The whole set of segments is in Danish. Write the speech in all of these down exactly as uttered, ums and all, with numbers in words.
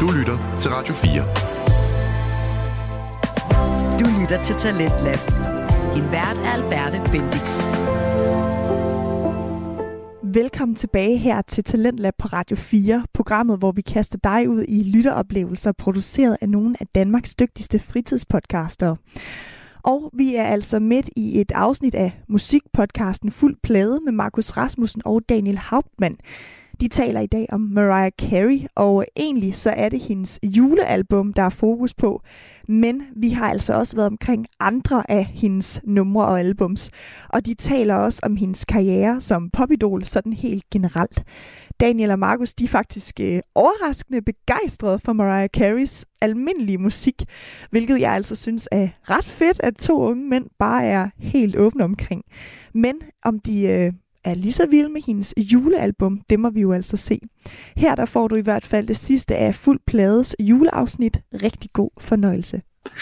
Du lytter til Radio fire. Du lytter til Talentlab. Din vært er Alberte Bendix. Velkommen tilbage her til Talentlab på Radio fire, programmet, hvor vi kaster dig ud i lytteoplevelser, produceret af nogle af Danmarks dygtigste fritidspodcastere. Og vi er altså midt i et afsnit af musikpodcasten Fuld Plade med Markus Rasmussen og Daniel Hauptmann. De taler i dag om Mariah Carey, og egentlig så er det hendes julealbum, der er fokus på. Men vi har altså også været omkring andre af hendes numre og albums. Og de taler også om hendes karriere som popidol, sådan helt generelt. Daniel og Markus, de er faktisk øh, overraskende begejstrede for Mariah Careys almindelige musik, hvilket jeg altså synes er ret fedt, at to unge mænd bare er helt åbne omkring. Men om de øh, er lige så vilde med hendes julealbum, det må vi jo altså se. Her der får du i hvert fald det sidste af Fuld Plades juleafsnit. Rigtig god fornøjelse.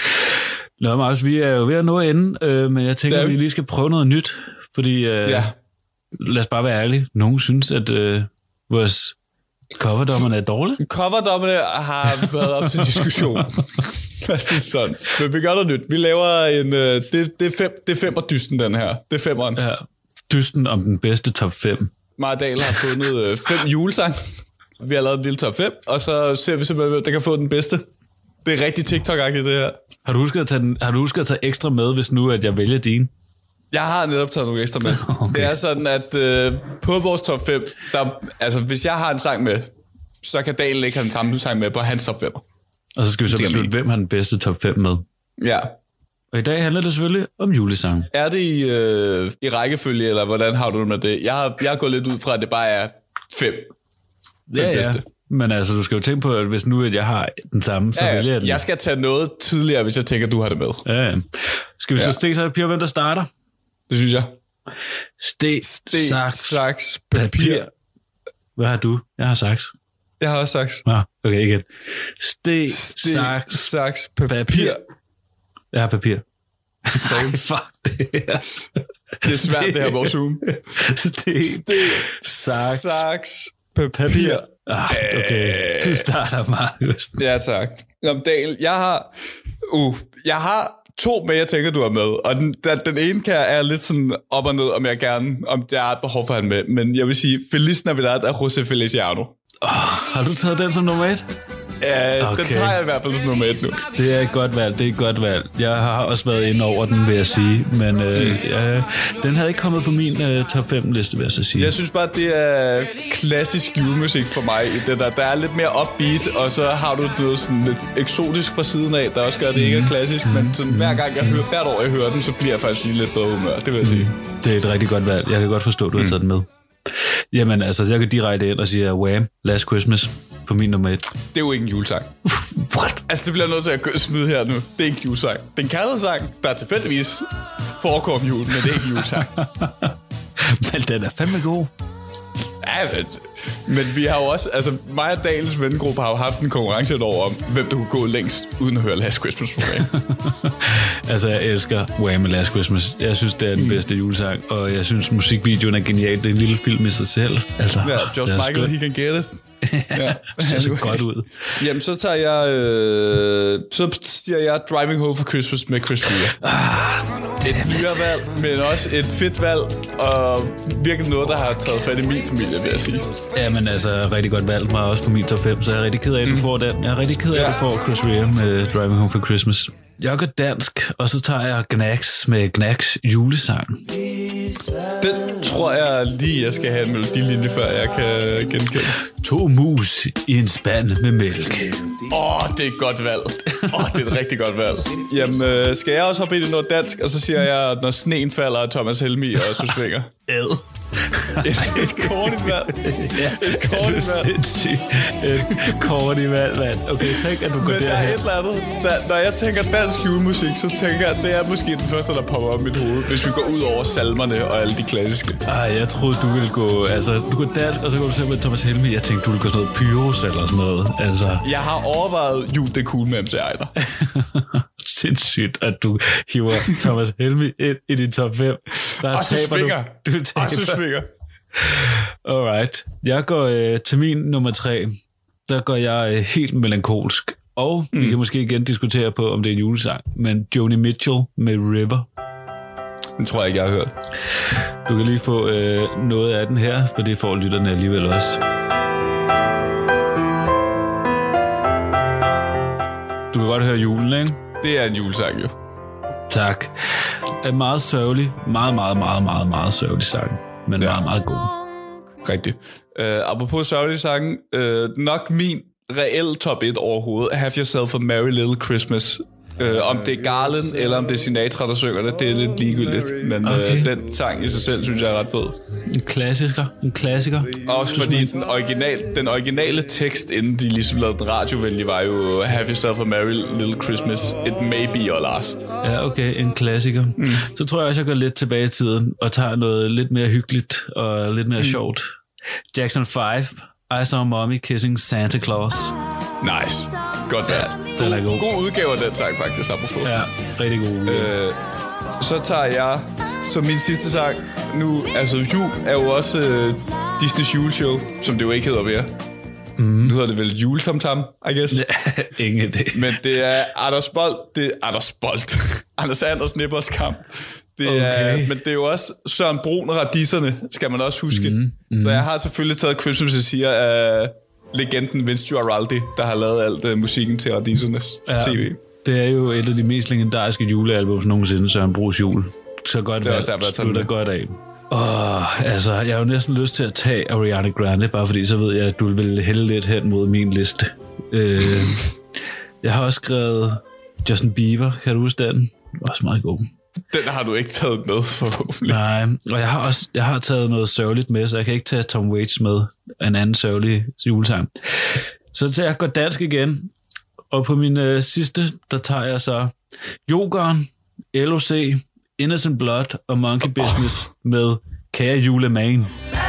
Nå, Markus, vi er jo ved at nå ende, øh, men jeg tænker, at vi lige skal prøve noget nyt, fordi øh, ja. Lad os bare være ærlige. Nogen synes, at øh, vores coverdommerne er dårlige. Coverdommerne har været op til diskussion. Lad os sige sådan. Men vi gør noget nyt. Vi laver en... Øh, det, det, er fem, det er femmerdysten, den her. Det er femmeren. Ja. Dysten om den bedste top fem. Maja Dahl har fundet øh, fem julesang. Vi har lavet en lille top fem, og så ser vi simpelthen, hvem der kan få den bedste. Det er rigtig TikTok-agtigt, det her. Har du husket at tage, den, har du husket at tage ekstra med, hvis nu at jeg vælger din? Jeg har netop taget nogle ekstra med. Okay. Det er sådan, at øh, på vores top fem, der, altså hvis jeg har en sang med, så kan Daniel ikke have den samme sang med på hans top fem. Og så skal vi så beslutte, hvem har den bedste top fem med. Ja. Og i dag handler det selvfølgelig om julesang. Er det i, øh, i rækkefølge, eller hvordan har du det med det? Jeg har, jeg har gået lidt ud fra, at det bare er fem. Ja, ja. Bedste. Men altså, du skal jo tænke på, at hvis nu at jeg har den samme, så ja, vælger jeg den. Jeg skal tage noget tidligere, hvis jeg tænker, at du har det med. Ja, ja. Skal vi slå ja. sten, så papir, hvem der starter? Det synes jeg. Sten, sten saks, saks, papir. papir. Hvad har du? Jeg har saks. Jeg har også saks. Nå, okay, igen. Sten, sten saks, saks, papir. papir. Jeg har papir. Nej, fuck det her. Det er svært, det her, vores Zoom. Sten, saks, saks, papir. papir. Ah, okay, du starter, Markus. Ja, tak. Om Daniel, jeg har... Uh, jeg har to med, jeg tænker, du har med. Og den, den, den ene kan er lidt sådan op og ned, om jeg gerne... Om der er et behov for han med. Men jeg vil sige, Feliz Navidad af José Feliciano. Oh, har du taget den som nummer et? Ja, okay. Den tager jeg i hvert fald som nummer et nu. Det er et godt valg, det er et godt valg. Jeg har også været inde over den, vil jeg sige. Men øh, mm. ja, den havde ikke kommet på min øh, top fem liste, vil jeg så sige. Jeg synes bare, det er klassisk julemusik for mig. I det der. Der er lidt mere upbeat, og så har du det sådan lidt eksotisk fra siden af, der også gør, det ikke er klassisk. Mm. Men sådan, hver gang jeg hører, hvert år jeg hører den, så bliver jeg faktisk lige lidt bedre humør, det vil jeg sige. Mm. Det er et rigtig godt valg. Jeg kan godt forstå, at du har taget mm. den med. Jamen altså, jeg kan direkte ind og sige Wham! Last Christmas på min nummer et. Det er jo ikke en julesang. What? Altså, det bliver nødt til at smide her nu. Det er ikke en julesang. Det er en kærlighedssang, der tilfældigvis foregår om julen, men det er ikke en julesang. Men den er fandme god. Ja, men, men vi har jo også... Altså, mig og Daniels vennegruppe har jo haft en konkurrence et år om, hvem der kunne gå længst, uden at høre Last Christmas på Wham. Altså, jeg elsker Wham! Last Christmas. Jeg synes, det er den bedste julesang, og jeg synes, musikvideoen er genial. Det er en lille film i sig selv. Altså, ja, George Michael, he can get it. Ja, det ser så godt ud. Jamen, så tager jeg... Øh, så siger jeg Driving Home for Christmas med Chris Rea. Ah, et dyrevalg, men også et fedt valg, og virkelig noget, der har taget fat i min familie, vil jeg sige. Jamen altså, rigtig godt valg mig også på min top fem, så jeg er rigtig ked af, at du får den. Jeg er rigtig ked af, at du får Chris Rea med Driving Home for Christmas. Jeg går dansk, og så tager jeg Gnags med Gnags julesang. Den tror jeg lige, jeg skal have en melodilinje, før jeg kan genkende. To mus i en spand med mælk. Åh, oh, det er et godt valg. Åh, oh, det er et rigtig godt valg. Jamen, øh, skal jeg også hoppe ind i noget dansk, og så siger jeg, Når sneen falder af Thomas Helmig og Søs Svinger. Ad. Et, et kortigt valg. Ja, et kortigt valg. Et kortigt valg, mand. Okay, tænk, at du går derhen. Men der er et eller andet. Der, når jeg tænker dansk julemusik, så tænker jeg, at det er måske den første, der popper op i mit hoved, hvis vi går ud over salmerne og alle de klassiske. Ej, jeg troede, du ville gå... Altså, du går dansk, og så går du selv med Thomas Helmig. Jeg tænkte, du ville gå sådan noget Pyros eller sådan noget. Altså. Jeg har overvejet, jul, det er cool med M C Ejder. Sindssygt, at du hiver Thomas Helmig ind i din top fem. Der og så svinger. Du, du og så svinger. Alright. Jeg går øh, til min nummer tre. der går jeg helt melankolsk. Og mm. vi kan måske igen diskutere på, om det er en julesang. Men Joni Mitchell med River. Den tror jeg ikke, jeg har hørt. Du kan lige få øh, noget af den her, for det får lytterne alligevel også. Du kan godt høre julen, ikke? Det er en julesang, jo. Tak. En meget sørgelig, meget, meget, meget, meget, meget sørgelig sang. Men ja. meget, meget god. Rigtigt. Uh, apropos sørgelig sang, uh, nok min reelle top et overhovedet. Have Yourself a Merry Little Christmas. Uh, om det er Garland, eller om det er Sinatra, der synger det, det er lidt ligegyldigt. Men okay. uh, den sang i sig selv, synes jeg er ret fed. En klassiker. En klassiker. Også fordi den, original, den originale tekst, inden de ligesom lavede den radiovælge, var jo Have Yourself a Merry Little Christmas. It may be your last. Ja, okay. En klassiker. Mm. Så tror jeg også, jeg går lidt tilbage i tiden og tager noget lidt mere hyggeligt og lidt mere mm. sjovt. Jackson five. I Saw Mommy Kissing Santa Claus. Nice. Godt valgt. Ja, den er god. God udgave af den sang, faktisk, apropos. Ja, rigtig god udgave. Øh, så tager jeg som min sidste sang nu, altså jul er jo også uh, Disney's juleshow, som det jo ikke hedder mere. Mm. Nu hedder det vel Juletomtam, I guess. Ja, ingen idé. Men det er Anders Bold, det er Anders Bold. Anders Anders Nippers kamp. Det okay. er, men det er jo også Søren Brun og Radisserne, skal man også huske. Mm, mm. Så jeg har selvfølgelig taget Christmas Is Here af legenden Vince Guaraldi, der har lavet alt uh, musikken til Radissernes ja, tv. Det er jo et af de mest legendariske julealbums nogensinde, Søren Bruns jul. Så godt det valgt, slutter godt af. Åh, altså, jeg har jo næsten lyst til at tage Ariana Grande, bare fordi så ved jeg, at du vil hælde lidt hen mod min liste. øh, jeg har også skrevet Justin Bieber, kan du huske den? Også meget god. Den har du ikke taget med, forhåbentlig. Nej, og jeg har også jeg har taget noget sørgeligt med, så jeg kan ikke tage Tom Waits med, en anden sørgelig julesang. Så til jeg går dansk igen, og på min øh, sidste, der tager jeg så Jokeren, L O C, Innocent Blood og Monkey Business oh. med Kære Julemand.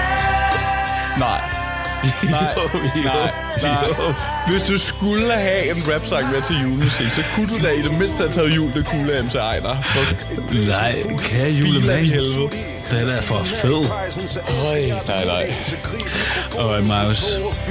Nej. Nej, nej, nej. Hvis du skulle have en rap-sang med til julemusik, så kunne du da i det mindste have taget jul, det kunne af M C Ejner. Nej, Kære Julemand. Den er for fed. Øj, nej, nej. Og Maus.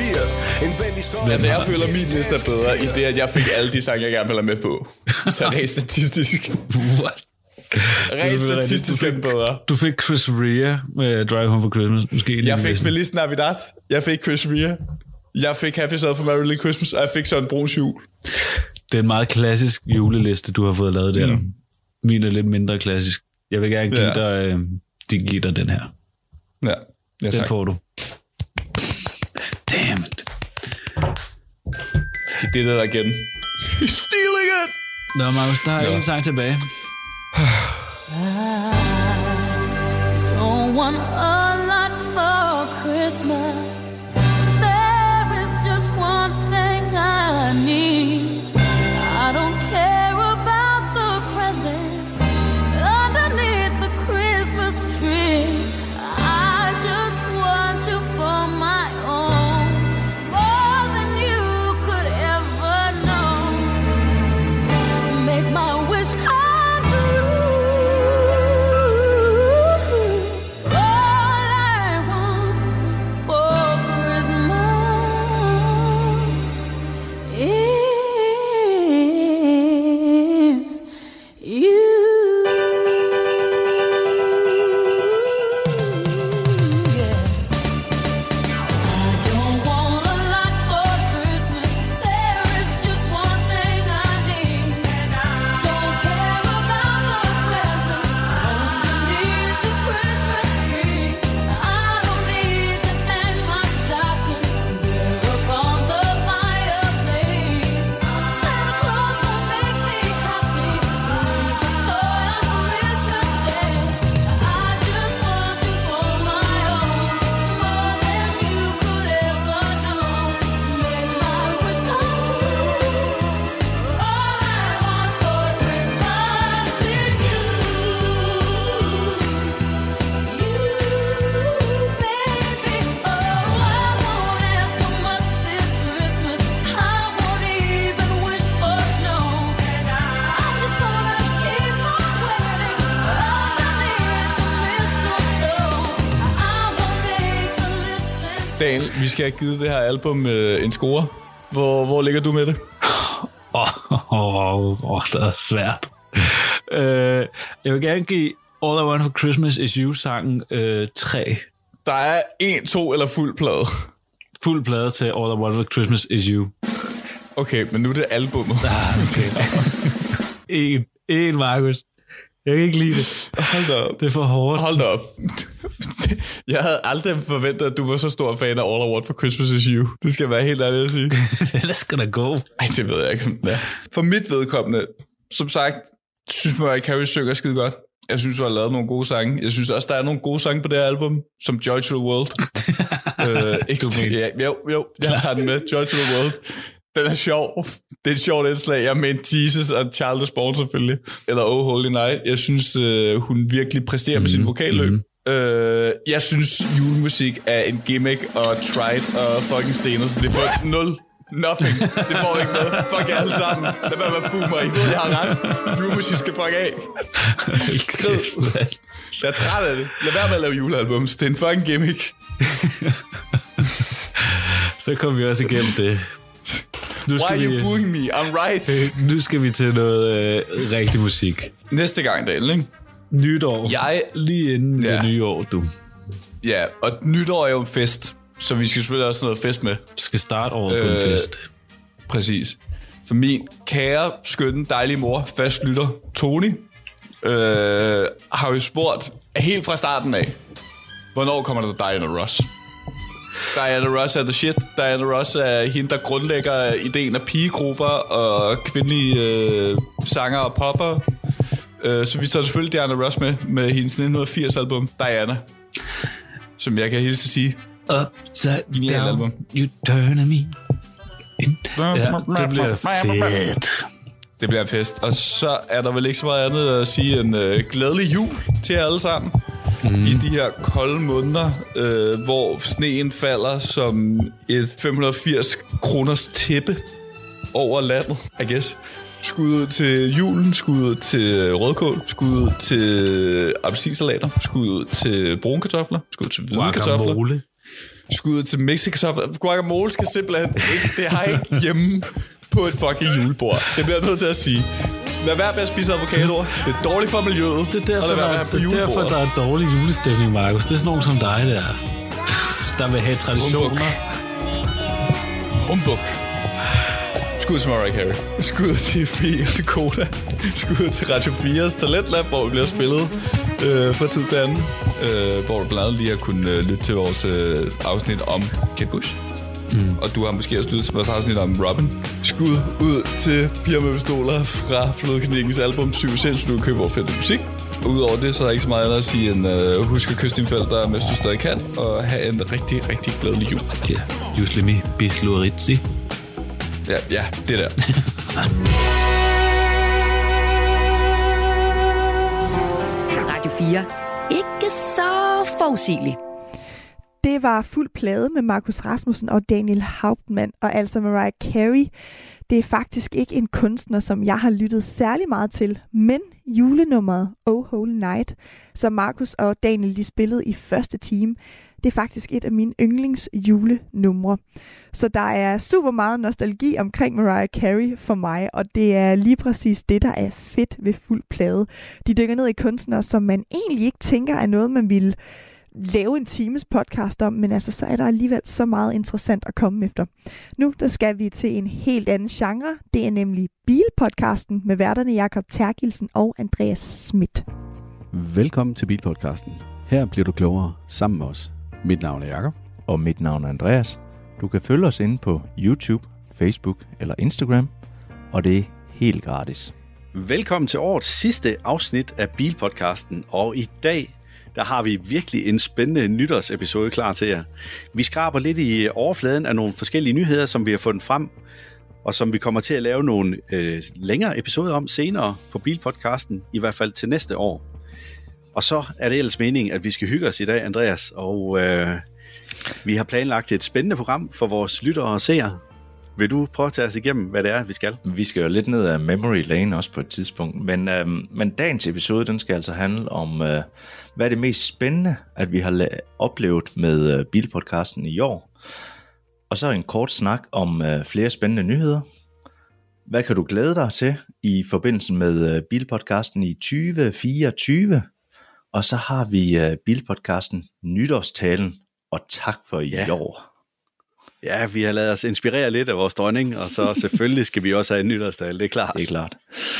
Altså, jeg føler, at min liste er bedre i det, at jeg fik alle de sange, jeg gerne vil have med på. Så rent statistisk. What? Rent statistisk er den bedre. Du fik Chris Rea med Drive Home for Christmas. Måske jeg fik Feliz Navidad. Jeg fik Chris Rea. Jeg fik Happy Yourself a Merry Little Christmas. Og jeg fik Søren Bruns jul. Det er en meget klassisk juleliste, du har fået lavet der. Mm. Min er lidt mindre klassisk. Jeg vil gerne give ja. dig, øh, de giver dig den her. Ja, ja den tak. Får du. Damn it. Det er der igen. He's stealing it! Nå, Magnus, der er en sang tilbage. I don't want a lot for Christmas. There is just one thing I need. I don't care about the presents underneath the Christmas tree. I just want you for my own, more than you could ever know. Make my wish come. Oh, skal have givet det her album øh, en score. Hvor, hvor ligger du med det? Åh, oh, oh, oh, det er svært. uh, jeg vil gerne give All I Want for Christmas Is You-sangen uh, tre. Der er en, to eller fuld plade? Fuld plade til All I Want for Christmas Is You. Okay, men nu er det albumet. Ah, okay. en, en, Markus. Jeg kan ikke lide det. Hold da op. Det er for hårdt. Hold da op. Jeg havde aldrig forventet, at du var så stor fan af All I Want for Christmas Is You. Det skal være helt ærligt at sige. Det er sgu da god. Ej, det ved jeg ikke. Ja. For mit vedkommende, som sagt, synes jeg, at Carrie synger skide godt. Jeg synes, du har lavet nogle gode sange. Jeg synes også, der er nogle gode sange på det her album, som Joy to the World. øh, ikke, du ja, jo, jo, jeg tager den med. Joy to the World. Den er sjov. Det er et sjovt indslag. Jeg mente Jesus og Child is Born selvfølgelig. Eller Oh Holy Night. Jeg synes, øh, hun virkelig præsterer mm, med sin vokalløb. Mm. Øh, jeg synes, julemusik er en gimmick og tried og fucking stener, så det får nul. Nothing. Det får ikke noget. Fuck jer alle sammen. Lad være med boomer. I ved, jeg har ret. Julemusik skal fuck af. Skrid. Jeg er træt af det. Lad være med at lave julealbums. Det er en fucking gimmick. Så kommer vi også igennem det. Nu Why are you vi, booing me? I'm right. Nu skal vi til noget øh, rigtig musik. Næste gang, Daniel, ikke? Nytår. Jeg... Lige inden ja. det nye år, du. Ja, og nytår er jo en fest, så vi skal selvfølgelig også noget fest med. Vi skal starte året øh, på en fest. Præcis. Så min kære, skønne, dejlige mor, fast lytter, Tony, øh, har jo spurgt helt fra starten af, hvornår kommer der Diana Ross? Diana Ross er the shit. Diana Ross er hende, der grundlægger ideen af pigegrupper og kvindelige øh, sanger og popper. Øh, så vi tager selvfølgelig Diana Ross med, med hendes nitten firs album, Diana. Som jeg kan hilse at sige. Upside down, album. You turn me. Ja, det bliver fedt. Det bliver en fest. Og så er der vel ikke så meget andet at sige end øh, glædelig jul til jer alle sammen. Mm. I de her kolde måneder, øh, hvor sneen falder som et fem hundrede og firs kroners tæppe over landet, I guess. Skud ud til julen, skud ud til rødkål, skud ud til appelsinsalater, skud ud til brune kartofler, skud ud til hvide kartofler, skud ud til mixede kartofler. Guacamole skal simpelthen ikke, det har ikke hjemme på et fucking julebord. Det bliver jeg nødt til at sige. Lad være med at spise avocadoer. Det er dårligt for miljøet. Det er derfor, der, det er, derfor der er dårlig julestemning, Markus. Det er sådan nogen som dig, der, der vil have traditioner. Humbug. Skud til Mariah Carey. Skud til F B og til Koda. Skud til Radio fires Talentlab, hvor vi bliver spillet øh, fra tid til anden. Øh, hvor du blandt andet lige har kunnet øh, lytte til vores øh, afsnit om Kate Bush. Mm. Og du har måske også lyttet til vores afsnit om Robin. Skud ud til Piger med pistoler fra Flodknikkens album syv Cent, du kan købe over fedt musik. Og udover det, så er der ikke så meget andet at sige end uh, husk at kysse dine forældre, mens du stadig kan, og have en rigtig, rigtig glædelig jul. Ja, Juslemi Bisloritzi. Ja, ja, det der. Radio fire. Ikke så forudsigeligt. Det var fuld plade med Markus Rasmussen og Daniel Hauptmann, og altså Mariah Carey. Det er faktisk ikke en kunstner, som jeg har lyttet særlig meget til, men julenummeret Oh Holy Night, som Markus og Daniel de spillede i første time, det er faktisk et af mine yndlings julenumre. Så der er super meget nostalgi omkring Mariah Carey for mig, og det er lige præcis det, der er fedt ved fuld plade. De dykker ned i kunstnere, som man egentlig ikke tænker er noget, man ville lave en times podcast om, men altså så er der alligevel så meget interessant at komme efter. Nu der skal vi til en helt anden genre. Det er nemlig Bilpodcasten med værterne Jakob Terkelsen og Andreas Schmidt. Velkommen til Bilpodcasten. Her bliver du klogere sammen med os. Mit navn er Jakob. Og mit navn er Andreas. Du kan følge os inde på YouTube, Facebook eller Instagram, og det er helt gratis. Velkommen til årets sidste afsnit af Bilpodcasten, og i dag der har vi virkelig en spændende nytårsepisode klar til jer. Vi skraber lidt i overfladen af nogle forskellige nyheder, som vi har fundet frem, og som vi kommer til at lave nogle øh, længere episoder om senere på Bilpodcasten, i hvert fald til næste år. Og så er det ellers meningen, at vi skal hygge os i dag, Andreas, og øh, vi har planlagt et spændende program for vores lyttere og seere. Vil du prøve at tage os igennem, hvad det er, vi skal? Vi skal jo lidt ned ad memory lane også på et tidspunkt, men, øh, men dagens episode, den skal altså handle om, øh, hvad er det mest spændende, at vi har la- oplevet med øh, Bilpodcasten i år. og så en kort snak om øh, flere spændende nyheder. Hvad kan du glæde dig til i forbindelse med øh, Bilpodcasten i tyve fireogtyve? Og så har vi øh, Bilpodcasten nytårstalen, og tak for i ja. år. Ja, vi har ladet os inspirere lidt af vores dronning, og så selvfølgelig skal vi også have en nytårstale, det er klart. Det er klart.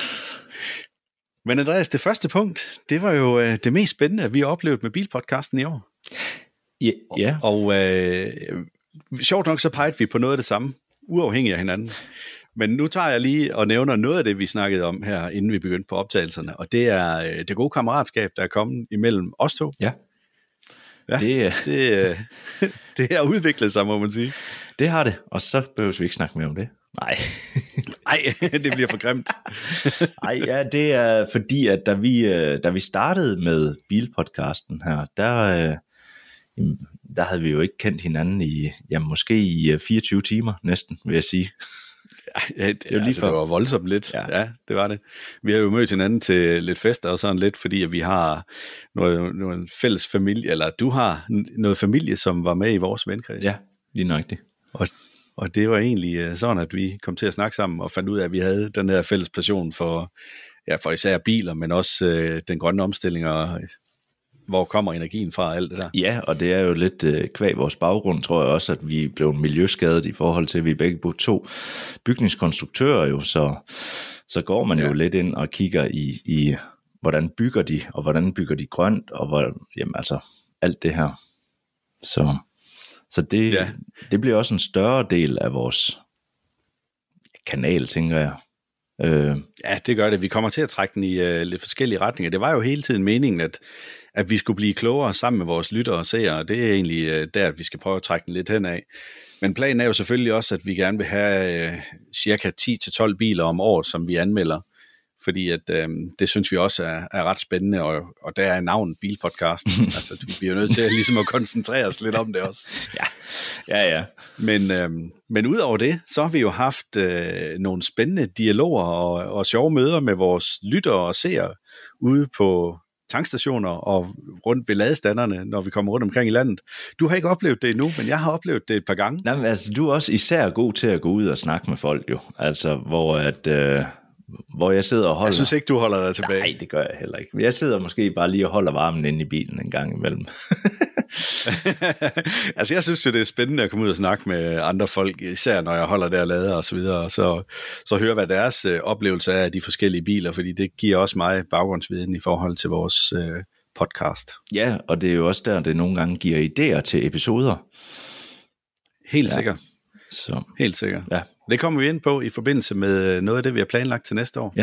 Men Andreas, det første punkt, det var jo øh, det mest spændende, vi har oplevet med Bilpodcasten i år. Ja. ja. Og, og øh, sjovt nok, så pegede vi på noget af det samme, uafhængigt af hinanden. Men nu tager jeg lige og nævner noget af det, vi snakkede om her, inden vi begyndte på optagelserne, og det er øh, det gode kammeratskab, der er kommet imellem os to. Ja. Ja, det, det, det har udviklet sig, må man sige. Det har det, og så behøver vi ikke snakke mere om det. Nej. Nej, det bliver for grimt. Nej, ja, det er fordi, at da vi, da vi startede med Bilpodcasten her, der, der havde vi jo ikke kendt hinanden i, ja, måske i fireogtyve timer næsten, vil jeg sige. Ja, det, det, altså, det var voldsomt lidt. Ja. ja, det var det. Vi har jo mødt hinanden til lidt fester og sådan lidt, fordi at vi har noget, noget fælles familie, eller du har noget familie, som var med i vores venkreds. Ja, lige nøjagtigt. Og, og det var egentlig sådan, at vi kom til at snakke sammen og fandt ud af, at vi havde den her fælles passion for, ja, for især biler, men også øh, den grønne omstilling og hvor kommer energien fra alt det der. Ja, og det er jo lidt øh, kvæg vores baggrund, tror jeg også, at vi blev miljøskadet i forhold til, at vi begge på to bygningskonstruktører jo, så, så går man ja. jo lidt ind og kigger i, i, hvordan bygger de, og hvordan bygger de grønt, og hvor, jamen, altså alt det her. Så, så det, ja. det bliver også en større del af vores kanal, tænker jeg. Øh. Ja, det gør det. Vi kommer til at trække den i uh, lidt forskellige retninger. Det var jo hele tiden meningen, at, at vi skulle blive klogere sammen med vores lyttere og seere, og det er egentlig uh, der, at vi skal prøve at trække den lidt hen af. Men planen er jo selvfølgelig også, at vi gerne vil have uh, cirka ti til tolv biler om året, som vi anmelder, fordi at, uh, det synes vi også er, er ret spændende, og, og der er navnet Bilpodcasten. Altså, du bliver nødt til at, ligesom at koncentrere os lidt om det også. Ja, ja, ja. Men, øhm, men ud over det, så har vi jo haft øh, nogle spændende dialoger og, og sjove møder med vores lyttere og seere ude på tankstationer og rundt ved ladestanderne, når vi kommer rundt omkring i landet. Du har ikke oplevet det endnu, men jeg har oplevet det et par gange. Nej, men altså, du er også især god til at gå ud og snakke med folk jo. Altså, hvor at... Øh... hvor jeg sidder og holder... Jeg synes ikke, du holder dig tilbage. Nej, det gør jeg heller ikke. Jeg sidder måske bare lige og holder varmen inde i bilen en gang imellem. Altså, jeg synes jo, det er spændende at komme ud og snakke med andre folk, især når jeg holder der og lader og så videre, og så, så høre, hvad deres øh, oplevelse er af de forskellige biler, fordi det giver også mig baggrundsviden i forhold til vores øh, podcast. Ja, og det er jo også der, det nogle gange giver idéer til episoder. Helt ja. sikkert. Så. Helt sikkert. Ja. Det kommer vi ind på i forbindelse med noget af det, vi har planlagt til næste år. Ja.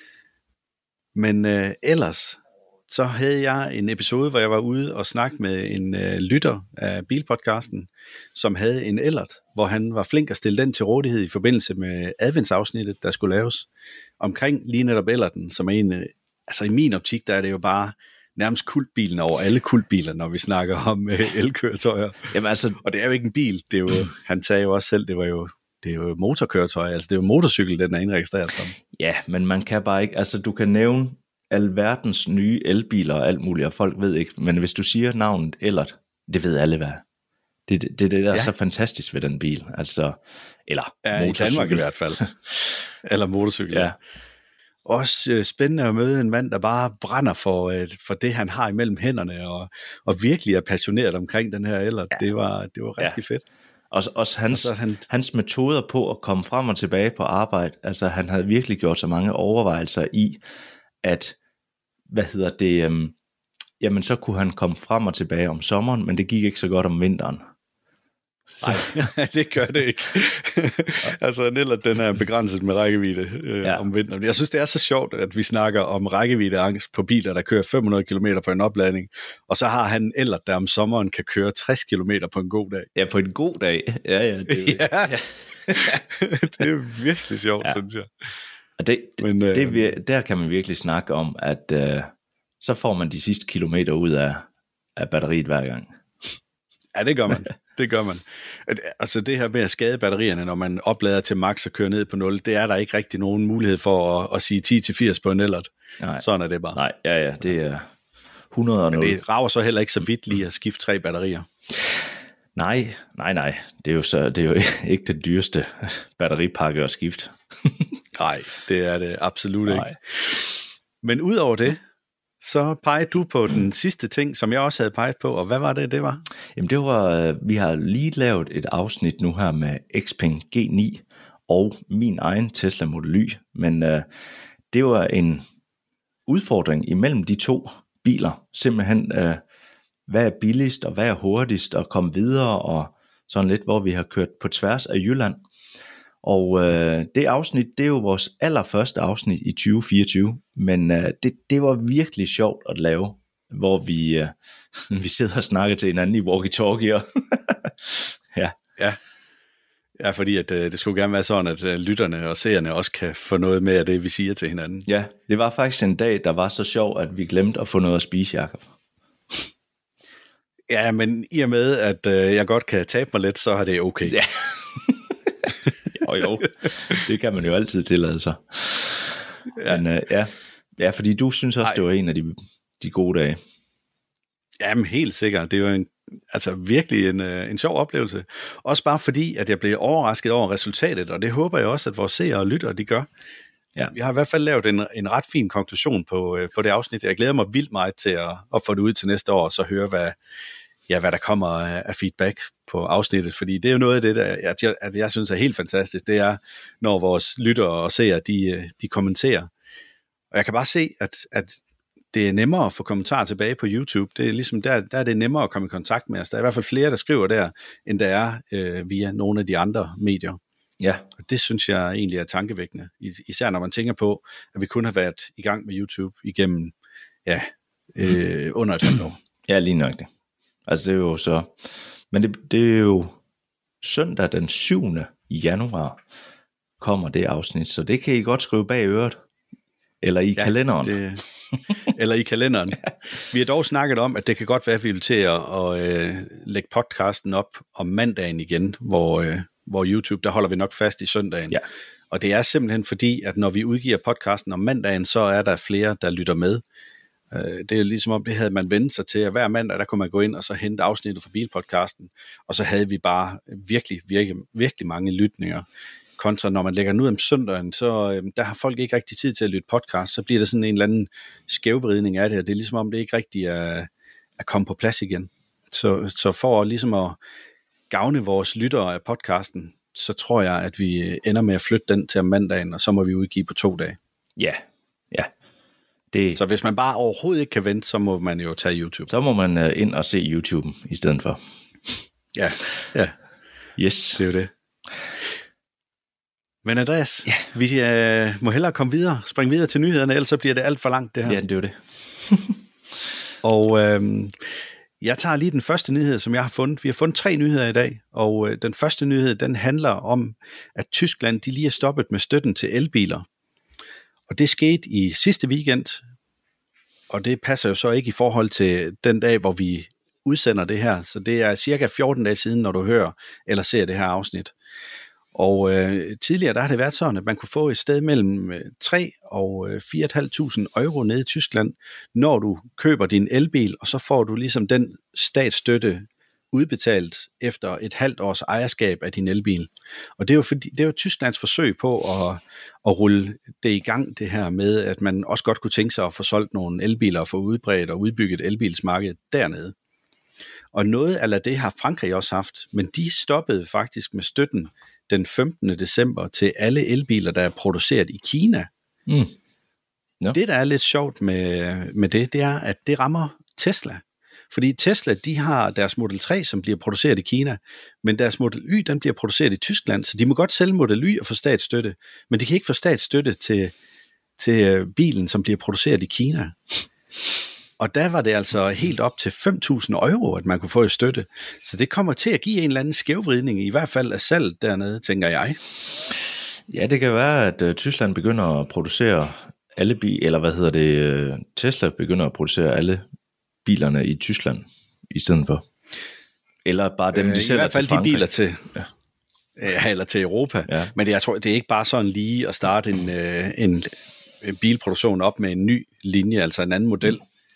Men øh, ellers, så havde jeg en episode, hvor jeg var ude og snakke med en øh, lytter af Bilpodcasten, som havde en Ellert, hvor han var flink at stille den til rådighed i forbindelse med adventsafsnittet, der skulle laves omkring lige netop Ellerten, som er en, øh, altså i min optik, der er det jo bare nærmest kultbilen over alle kultbiler, når vi snakker om øh, elkøretøjer. Jamen altså, og det er jo ikke en bil, det er jo, han sagde jo også selv, det var jo det er jo motorkøretøj, altså det er jo motorcykel, den er indregistreret som. Ja, men man kan bare ikke, altså du kan nævne alverdens nye elbiler og alt muligt, og folk ved ikke, men hvis du siger navnet Ellert, det ved alle hvad. Det er det, det, det, der ja. er så fantastisk ved den bil, altså, eller ja, motorcykel. I Danmark i hvert fald. Eller motorcykel. Ja. Også øh, spændende at møde en mand, der bare brænder for, øh, for det, han har imellem hænderne, og, og virkelig er passioneret omkring den her Ellert. Ja. Det var, det var rigtig ja. fedt. Også, også hans, og han... hans metoder på at komme frem og tilbage på arbejde, altså han havde virkelig gjort så mange overvejelser i, at, hvad hedder det, øhm, jamen så kunne han komme frem og tilbage om sommeren, men det gik ikke så godt om vinteren. Så. Nej, det gør det ikke. Altså en Ellert, den er begrænset med rækkevidde øh, ja. om vinteren. Jeg synes, det er så sjovt, at vi snakker om rækkeviddeangst på biler, der kører fem hundrede kilometer på en opladning, og så har han en Ellert, der om sommeren kan køre tres kilometer på en god dag. Ja, på en god dag. Ja, ja. Det, ja. ja. Det er virkelig sjovt, ja. synes jeg. Og det, Men, øh, det, der kan man virkelig snakke om, at øh, så får man de sidste kilometer ud af, af batteriet hver gang. Ja, det gør man. Det gør man. Altså det her med at skade batterierne, når man oplader til max og kører ned på nul, det er der ikke rigtig nogen mulighed for at, at sige ti til firs på en Ellert. Nej. Sådan er det bare. Nej, ja, ja, det er hundrede og nul. Men det rager så heller ikke så vidt lige at skifte tre batterier. Nej, nej, nej. Det er jo, så, det er jo ikke det dyreste batteripakke at skifte. Nej, det er det absolut nej. ikke. Men udover det, så pegede du på den sidste ting, som jeg også havde peget på, og hvad var det, det var? Jamen det var, vi har lige lavet et afsnit nu her med Xpeng G ni og min egen Tesla Model Y, men uh, det var en udfordring imellem de to biler, simpelthen uh, hvad er billigst og hvad er hurtigst at komme videre, og sådan lidt, hvor vi har kørt på tværs af Jylland. Og øh, det afsnit, det er jo vores allerførste afsnit i tyve fireogtyve, men øh, det, det var virkelig sjovt at lave, hvor vi, øh, vi sidder og snakker til hinanden i walkie-talkie. ja. ja. Ja, fordi at, øh, det skulle gerne være sådan, at øh, lytterne og seerne også kan få noget med af det, vi siger til hinanden. Ja, det var faktisk en dag, der var så sjov, at vi glemte at få noget at spise, Jacob. Ja, men i og med, at øh, jeg godt kan tabe mig lidt, så er det okay. Ja. jo, jo. Det kan man jo altid tillade sig. Ja. Men øh, ja. ja, fordi du synes også, Ej. det var en af de, de gode dage. Jamen helt sikkert. Det er jo en, altså virkelig en, en sjov oplevelse. Også bare fordi, at jeg blev overrasket over resultatet, og det håber jeg også, at vores seere og lyttere, de gør. Ja. Jeg har i hvert fald lavet en, en ret fin konklusion på, på det afsnit. Jeg glæder mig vildt meget til at, at få det ud til næste år, og så høre, hvad, ja, hvad der kommer af, af feedback på afsnittet. Fordi det er jo noget af det, der, at jeg, at jeg synes er helt fantastisk. Det er, når vores lyttere og seere, de, de kommenterer. Og jeg kan bare se, at, at det er nemmere at få kommentarer tilbage på YouTube. Det er ligesom der, der er det nemmere at komme i kontakt med os. Der er i hvert fald flere, der skriver der, end der er øh, via nogle af de andre medier. Ja. Og det synes jeg egentlig er tankevækkende. Især når man tænker på, at vi kun har været i gang med YouTube igennem ja, øh, under et halvt år. Ja, lige nok det. Altså det er jo så... Men det, det er jo søndag den syvende januar kommer det afsnit, så det kan I godt skrive bag øret. Eller i ja, kalenderen. Det, eller i kalenderen. Ja. Vi har dog snakket om, at det kan godt være, at vi vil til at, at, at lægge podcasten op om mandagen igen, hvor, uh, hvor YouTube, der holder vi nok fast i søndagen. Ja. Og det er simpelthen fordi, at når vi udgiver podcasten om mandagen, så er der flere, der lytter med. Uh, det er ligesom om, det havde man vendt sig til, at hver mandag, der kunne man gå ind og så hente afsnittet fra Bilpodcasten, og så havde vi bare virkelig, virkelig, virkelig mange lytninger. Kontra når man lægger den ud om søndagen, så øh, der har folk ikke rigtig tid til at lytte podcast, så bliver der sådan en eller anden skævvridning af det, og det er ligesom om det ikke rigtig er at komme på plads igen. Så, så for ligesom at gavne vores lyttere af podcasten, så tror jeg, at vi ender med at flytte den til mandagen, og så må vi udgive på to dage. Ja, ja. Det... Så hvis man bare overhovedet ikke kan vente, så må man jo tage YouTube. Så må man uh, ind og se YouTube i stedet for. Ja, ja. Yes. Det er jo det. Men Andreas, ja. vi øh, må hellere komme videre, springe videre til nyhederne, ellers så bliver det alt for langt det her. Ja, det er jo det. og øh, jeg tager lige den første nyhed, som jeg har fundet. Vi har fundet tre nyheder i dag, og øh, den første nyhed, den handler om, at Tyskland de lige er stoppet med støtten til elbiler. Og det skete i sidste weekend, og det passer jo så ikke i forhold til den dag, hvor vi udsender det her. Så det er cirka fjorten dage siden, når du hører eller ser det her afsnit. Og øh, tidligere der har det været sådan, at man kunne få et sted mellem tre og fire tusind fem hundrede euro nede i Tyskland, når du køber din elbil, og så får du ligesom den statsstøtte udbetalt efter et halvt års ejerskab af din elbil. Og det er jo, fordi, det er jo Tysklands forsøg på at, at rulle det i gang, det her med, at man også godt kunne tænke sig at få solgt nogle elbiler og få udbredt og udbygget elbilsmarkedet dernede. Og noget af det har Frankrig også haft, men de stoppede faktisk med støtten den femtende december til alle elbiler, der er produceret i Kina. Mm. No. Det, der er lidt sjovt med, med det, det er, at det rammer Tesla. Fordi Tesla, de har deres Model tre, som bliver produceret i Kina, men deres Model Y, den bliver produceret i Tyskland, så de må godt sælge Model Y og få statsstøtte, men de kan ikke få statsstøtte til, til bilen, som bliver produceret i Kina. Og der var det altså helt op til fem tusind euro, at man kunne få i støtte. Så det kommer til at give en eller anden skævvridning, i hvert fald af salg dernede, tænker jeg. Ja, det kan være, at uh, Tyskland begynder at producere alle biler, eller hvad hedder det, uh, Tesla begynder at producere alle bilerne i Tyskland i stedet for. Eller bare dem, de øh, sælger til Frankrig. I hvert fald de biler til, ja. Ja, eller til Europa. Ja. Men det, jeg tror, det er ikke bare sådan lige at starte en, en, en bilproduktion op med en ny linje, altså en anden model.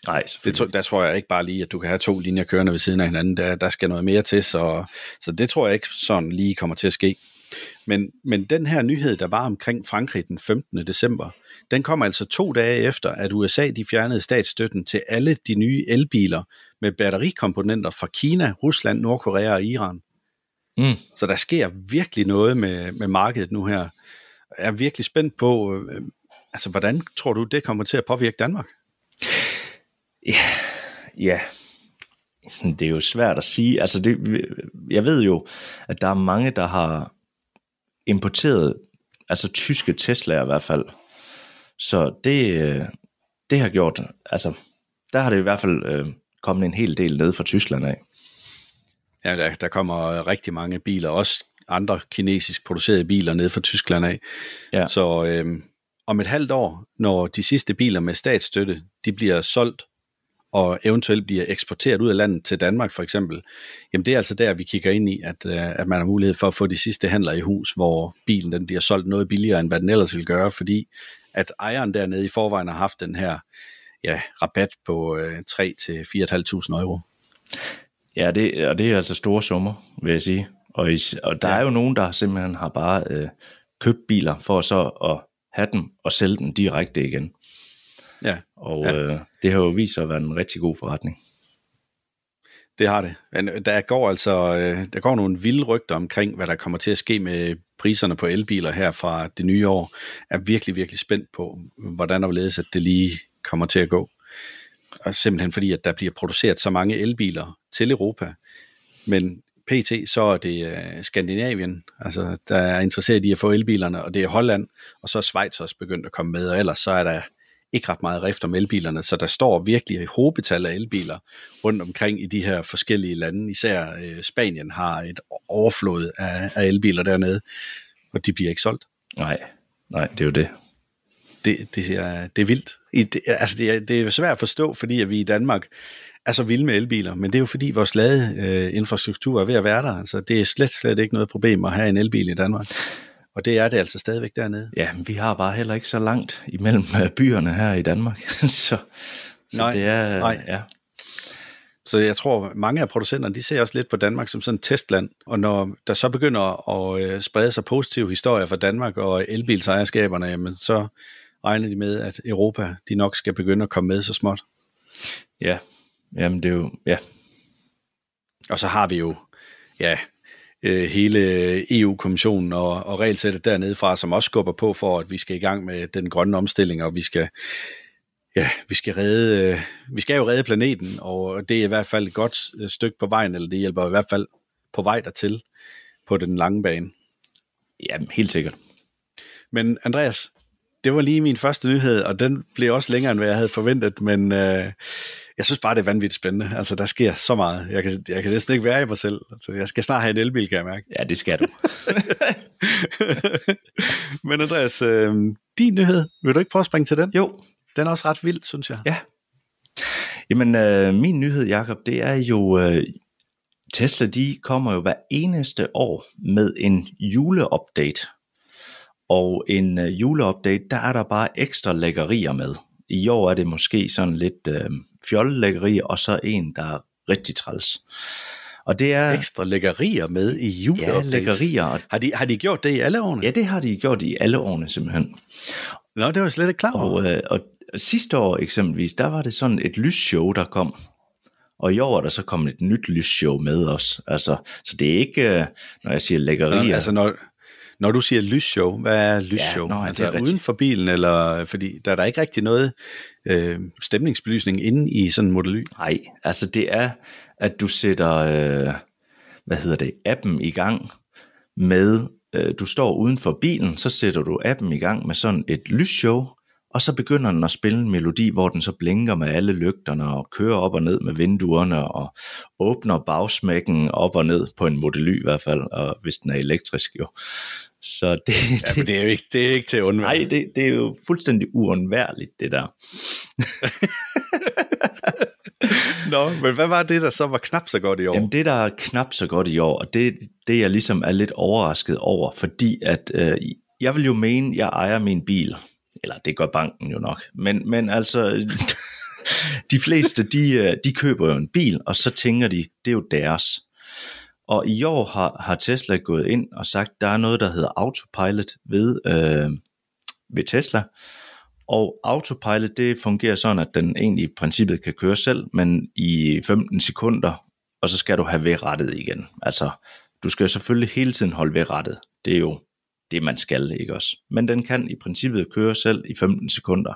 Nej, det, der tror jeg ikke bare lige, at du kan have to linjer kørende ved siden af hinanden. Der, der skal noget mere til, så, så det tror jeg ikke sådan lige kommer til at ske. Men, men den her nyhed, der var omkring Frankrig den femtende december, den kom altså to dage efter, at U S A de fjernede statsstøtten til alle de nye elbiler med batterikomponenter fra Kina, Rusland, Nordkorea og Iran. Mm. Så der sker virkelig noget med, med markedet nu her. Jeg er virkelig spændt på, øh, altså hvordan tror du, det kommer til at påvirke Danmark? Ja, ja. Det er jo svært at sige. Altså det, jeg ved jo, at der er mange, der har importeret, altså tyske Teslaer i hvert fald. Så det, det har gjort, altså der har det i hvert fald øh, kommet en hel del ned fra Tyskland af. Ja, der, der kommer rigtig mange biler, også andre kinesisk producerede biler ned fra Tyskland af. Ja. Så øh, om et halvt år, når de sidste biler med statsstøtte, de bliver solgt, og eventuelt bliver eksporteret ud af landet til Danmark for eksempel, jamen det er altså der, vi kigger ind i, at, at man har mulighed for at få de sidste handler i hus, hvor bilen den bliver solgt noget billigere, end hvad den ellers ville gøre, fordi at ejeren dernede i forvejen har haft den her ja, rabat på øh, tre til fire tusind fem hundrede euro. Ja, det, og det er altså store summer, vil jeg sige. Og, i, og der ja. er jo nogen, der simpelthen har bare øh, købt biler for så at have dem og sælge dem direkte igen. Ja. Og ja. Øh, det har jo vist sig at være en rigtig god forretning. Det har det. Men der går altså øh, der går nogle vilde rygter omkring, hvad der kommer til at ske med priserne på elbiler her fra det nye år. Jeg er virkelig, virkelig spændt på, hvordan der vil ledes, at det lige kommer til at gå. Og simpelthen fordi, at der bliver produceret så mange elbiler til Europa. Men pt. Så er det øh, Skandinavien, altså der er interesseret i at få elbilerne, og det er Holland, og så er Schweiz også begyndt at komme med, og ellers så er der ikke ret meget rift om elbilerne, så der står virkelig et hobetal af elbiler rundt omkring i de her forskellige lande. Især øh, Spanien har et overflod af, af elbiler dernede, og de bliver ikke solgt. Nej, nej, det er jo det. Det, det, er, det er vildt. I, det, altså det, er, det er svært at forstå, fordi at vi i Danmark er så vilde med elbiler, men det er jo fordi vores ladeinfrastruktur er ved at være der. Altså det er slet, slet ikke noget problem at have en elbil i Danmark. Og det er det altså stadigvæk dernede. Ja, vi har bare heller ikke så langt imellem byerne her i Danmark. så så nej, det er, nej. Ja. Så jeg tror, mange af producenterne, de ser også lidt på Danmark som sådan et testland. Og når der så begynder at sprede sig positive historier fra Danmark og elbilsejerskaberne, jamen så regner de med, at Europa, de nok skal begynde at komme med så småt. Ja, jamen det er jo, ja. Og så har vi jo, ja... hele E U-kommissionen og, og regelsættet dernede fra, som også skubber på for, at vi skal i gang med den grønne omstilling, og vi skal, ja, vi skal redde, vi skal jo redde planeten, og det er i hvert fald et godt stykke på vejen, eller det hjælper i hvert fald på vej dertil på den lange bane. Ja, helt sikkert. Men Andreas, det var lige min første nyhed, og den blev også længere, end hvad jeg havde forventet, men øh, jeg synes bare, det er vanvittigt spændende. Altså, der sker så meget. Jeg kan, jeg kan næsten ikke være i mig selv. Altså, jeg skal snart have en elbil, kan jeg mærke. Ja, det skal du. Men Andreas, øh, din nyhed, vil du ikke prøve at springe til den? Jo. Den er også ret vild, synes jeg. Ja. Jamen, øh, min nyhed, Jakob, det er jo... Øh, Tesla, de kommer jo hver eneste år med en juleupdate. Og en øh, juleupdate, der er der bare ekstra lækkerier med. I år er det måske sådan lidt øh, fjollelækkerier, og så en, der er rigtig træls. Og det er... Ekstra lækkerier med i juleupdates? Ja, lækkerier. Har de, har de gjort det i alle årene? Ja, det har de gjort i alle årene simpelthen. Nå, det var jeg slet ikke klar over. Og, øh, og sidste år eksempelvis, der var det sådan et lysshow, der kom. Og i år er der så kommet et nyt lysshow med os. Altså, så det er ikke, øh, når jeg siger lækkerier... Nå, altså, når... Når du siger lysshow, hvad er lysshow? Ja, nå, altså er uden for bilen, eller fordi der er der ikke rigtig noget øh, stemningsbelysning inde i sådan en Model Y? Nej, altså det er, at du sætter, øh, hvad hedder det, appen i gang med, øh, du står uden for bilen, så sætter du appen i gang med sådan et lysshow, og så begynder den at spille en melodi, hvor den så blinker med alle lygterne og kører op og ned med vinduerne og åbner bagsmækken op og ned på en Model Y i hvert fald, og hvis den er elektrisk jo. Så det, ja, det, det er jo ikke, det er ikke til at undvære. Nej, det, det er jo fuldstændig uundværligt, det der. Nå, men hvad var det, der så var knap så godt i år? Jamen det, der er knap så godt i år, og det, det jeg ligesom er lidt overrasket over, fordi at øh, jeg vil jo mene, jeg ejer min bil. Eller det gør banken jo nok. Men, men altså, de fleste, de, de køber jo en bil, og så tænker de, det er jo deres. Og i år har, har Tesla gået ind og sagt, der er noget, der hedder autopilot ved, øh, ved Tesla. Og autopilot, det fungerer sådan, at den egentlig i princippet kan køre selv, men i femten sekunder, og så skal du have ved rattet igen. Altså, du skal jo selvfølgelig hele tiden holde ved rattet. Det er jo det, man skal, ikke også? Men den kan i princippet køre selv i femten sekunder.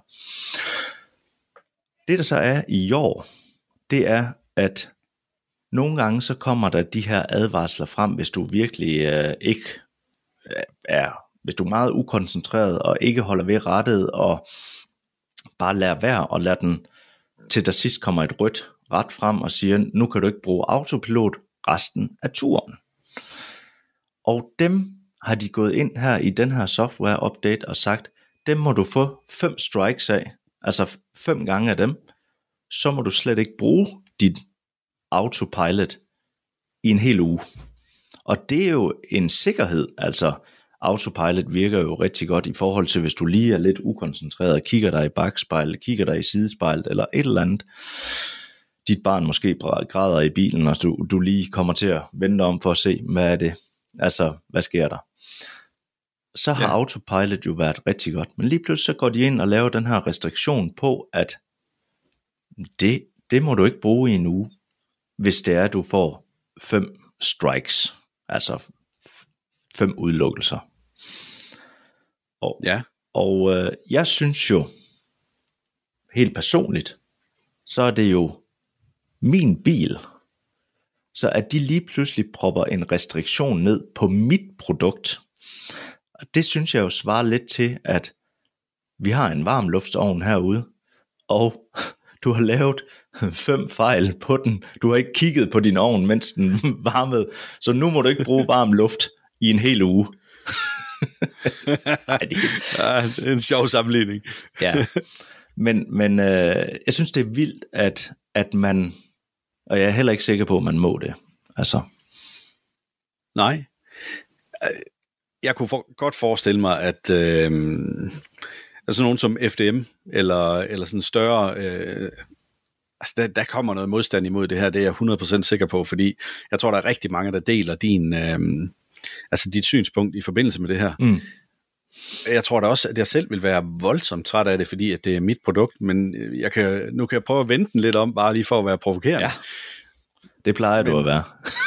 Det, der så er i år, det er, at nogle gange så kommer der de her advarsler frem, hvis du virkelig øh, ikke er, hvis du er meget ukoncentreret og ikke holder ved rattet og bare lader være og lader den, til der sidst kommer et rødt ret frem og siger, nu kan du ikke bruge autopilot resten af turen. Og dem har de gået ind her i den her software update og sagt, dem må du få fem strikes af, altså fem gange af dem, så må du slet ikke bruge dit autopilot i en hel uge. Og det er jo en sikkerhed, altså autopilot virker jo rigtig godt i forhold til, hvis du lige er lidt ukoncentreret, kigger dig i bagspejlet, kigger dig i sidespejlet eller et eller andet. Dit barn måske græder i bilen, og du, du lige kommer til at vente om for at se, hvad er det, altså hvad sker der. Så har ja. autopilot jo været rigtig godt, men lige pludselig så går de ind og laver den her restriktion på, at det, det må du ikke bruge i en uge, hvis det er, at du får fem strikes, altså fem udelukkelser. Og, ja. og øh, jeg synes jo, helt personligt, så er det jo min bil, så at de lige pludselig propper en restriktion ned på mit produkt, det synes jeg jo svarer lidt til, at vi har en varmluftsovn herude, og du har lavet fem fejl på den. Du har ikke kigget på din ovn, mens den varmede, så nu må du ikke bruge varm luft i en hel uge. Ej, det, ja, det er en sjov sammenligning. Ja, men, men øh, jeg synes, det er vildt, at, at man, og jeg er heller ikke sikker på, at man må det. Altså. Nej. Jeg kunne for, godt forestille mig, at øh, altså nogen som F D M, eller, eller sådan større, øh, altså der, der kommer noget modstand imod det her, det er jeg hundrede procent sikker på, fordi jeg tror, der er rigtig mange, der deler din, øh, altså dit synspunkt i forbindelse med det her. Mm. Jeg tror da også, at jeg selv vil være voldsomt træt af det, fordi at det er mit produkt, men jeg kan, nu kan jeg prøve at vente den lidt om, bare lige for at være provokerende. Ja, det plejer men, du at være.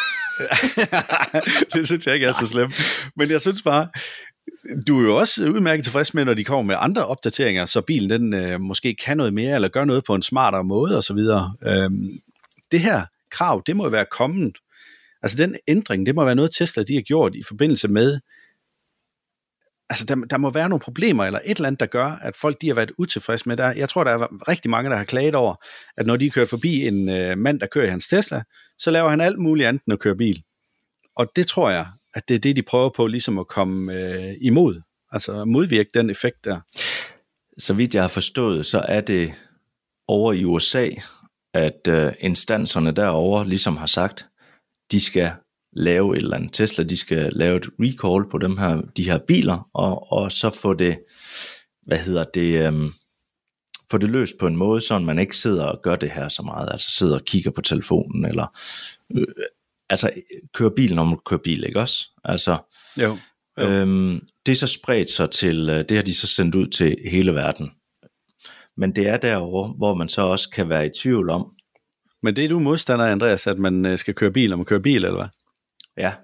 Det synes jeg ikke er så slemt. Men jeg synes bare, du er jo også udmærket tilfreds med, når de kommer med andre opdateringer, så bilen den øh, måske kan noget mere, eller gør noget på en smartere måde osv. Øhm, det her krav, det må jo være kommet. Altså den ændring, det må være noget Tesla, de har gjort i forbindelse med, altså der, der må være nogle problemer, eller et eller andet, der gør, at folk de har været utilfredse med det. Jeg tror, der er rigtig mange, der har klaget over, at når de kører forbi en øh, mand, der kører i hans Tesla, så laver han alt muligt andet end at køre bil. Og det tror jeg, at det er det, de prøver på, ligesom at komme øh, imod. Altså modvirke den effekt der. Så vidt jeg har forstået, så er det over i U S A, at øh, instanserne derovre ligesom har sagt, de skal lave et eller andet. Tesla, de skal lave et recall på dem her, de her biler, og, og så få det, hvad hedder det, øhm, få det løst på en måde, så man ikke sidder og gør det her så meget, altså sidder og kigger på telefonen, eller øh, altså kører bil, når man kører bil, ikke også? Altså, jo, jo. Øhm, det er så spredt sig til, det har de så sendt ud til hele verden. Men det er derovre, hvor man så også kan være i tvivl om. Men det er du modstander, Andreas, at man skal køre bil, når man kører bil, eller hvad? Ja.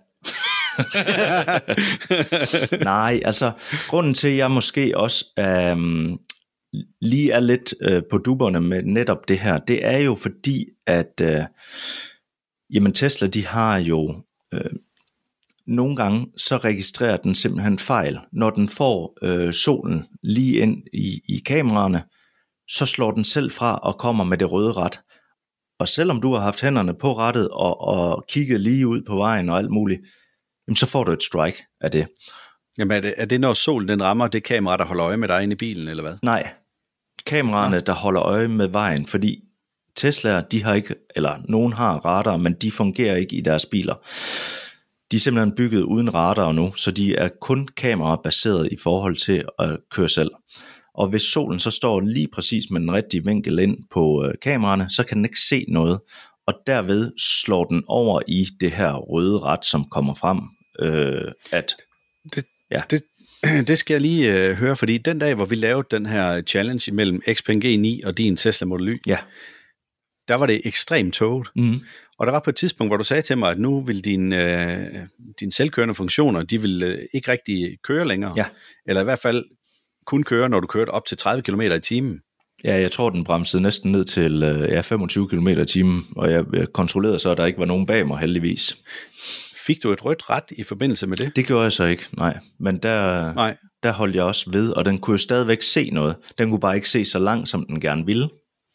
Nej, altså grunden til, at jeg måske også øhm, lige er lidt øh, på dupperne med netop det her, det er jo fordi, at øh, jamen Tesla, de har jo øh, nogle gange, så registrerer den simpelthen fejl. Når den får øh, solen lige ind i, i kameraerne, så slår den selv fra og kommer med det røde ret. Og selvom du har haft hænderne på rattet og, og kigget lige ud på vejen og alt muligt, jamen så får du et strike af det. Jamen er det, er det når solen den rammer det kamera, der holder øje med dig inde i bilen, eller hvad? Nej, kameraerne, ja. Der holder øje med vejen, fordi Teslaer, de har ikke, eller nogen har radar, men de fungerer ikke i deres biler. De er simpelthen bygget uden radar nu, så de er kun kamerabaseret i forhold til at køre selv. og hvis solen så står lige præcis med den rigtige vinkel ind på øh, kameraerne, så kan den ikke se noget, og derved slår den over i det her røde rat, som kommer frem, øh, at... Det, ja. det, det skal jeg lige øh, høre, fordi den dag, hvor vi lavede den her challenge imellem Xpeng G ni og din Tesla Model Y, ja. der var det ekstremt tåget. Mm. Og der var på et tidspunkt, hvor du sagde til mig, at nu vil dine øh, din selvkørende funktioner, de vil øh, ikke rigtig køre længere. Ja. Eller i hvert fald kun køre, når du kører op til tredive kilometer i timen. Ja, jeg tror, den bremsede næsten ned til øh, ja, femogtyve kilometer i timen, og jeg, jeg kontrollerede så, at der ikke var nogen bag mig, heldigvis. Fik du et rødt ret i forbindelse med det? Det gjorde jeg så ikke, nej. Men der, nej. der holdt jeg også ved, og den kunne jo stadigvæk se noget. Den kunne bare ikke se så langt, som den gerne ville.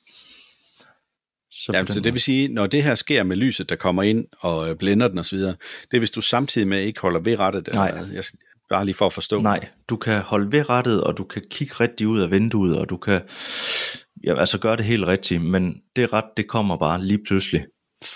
Så, ja, så det vil sige, når det her sker med lyset, der kommer ind og blænder den osv., det er, hvis du samtidig med ikke holder ved rattet. Nej. Eller, jeg, bare lige for at forstå. Nej, du kan holde ved rattet, og du kan kigge rigtig ud af vinduet, og du kan ja, altså gøre det helt rigtigt, men det ret, det kommer bare lige pludselig.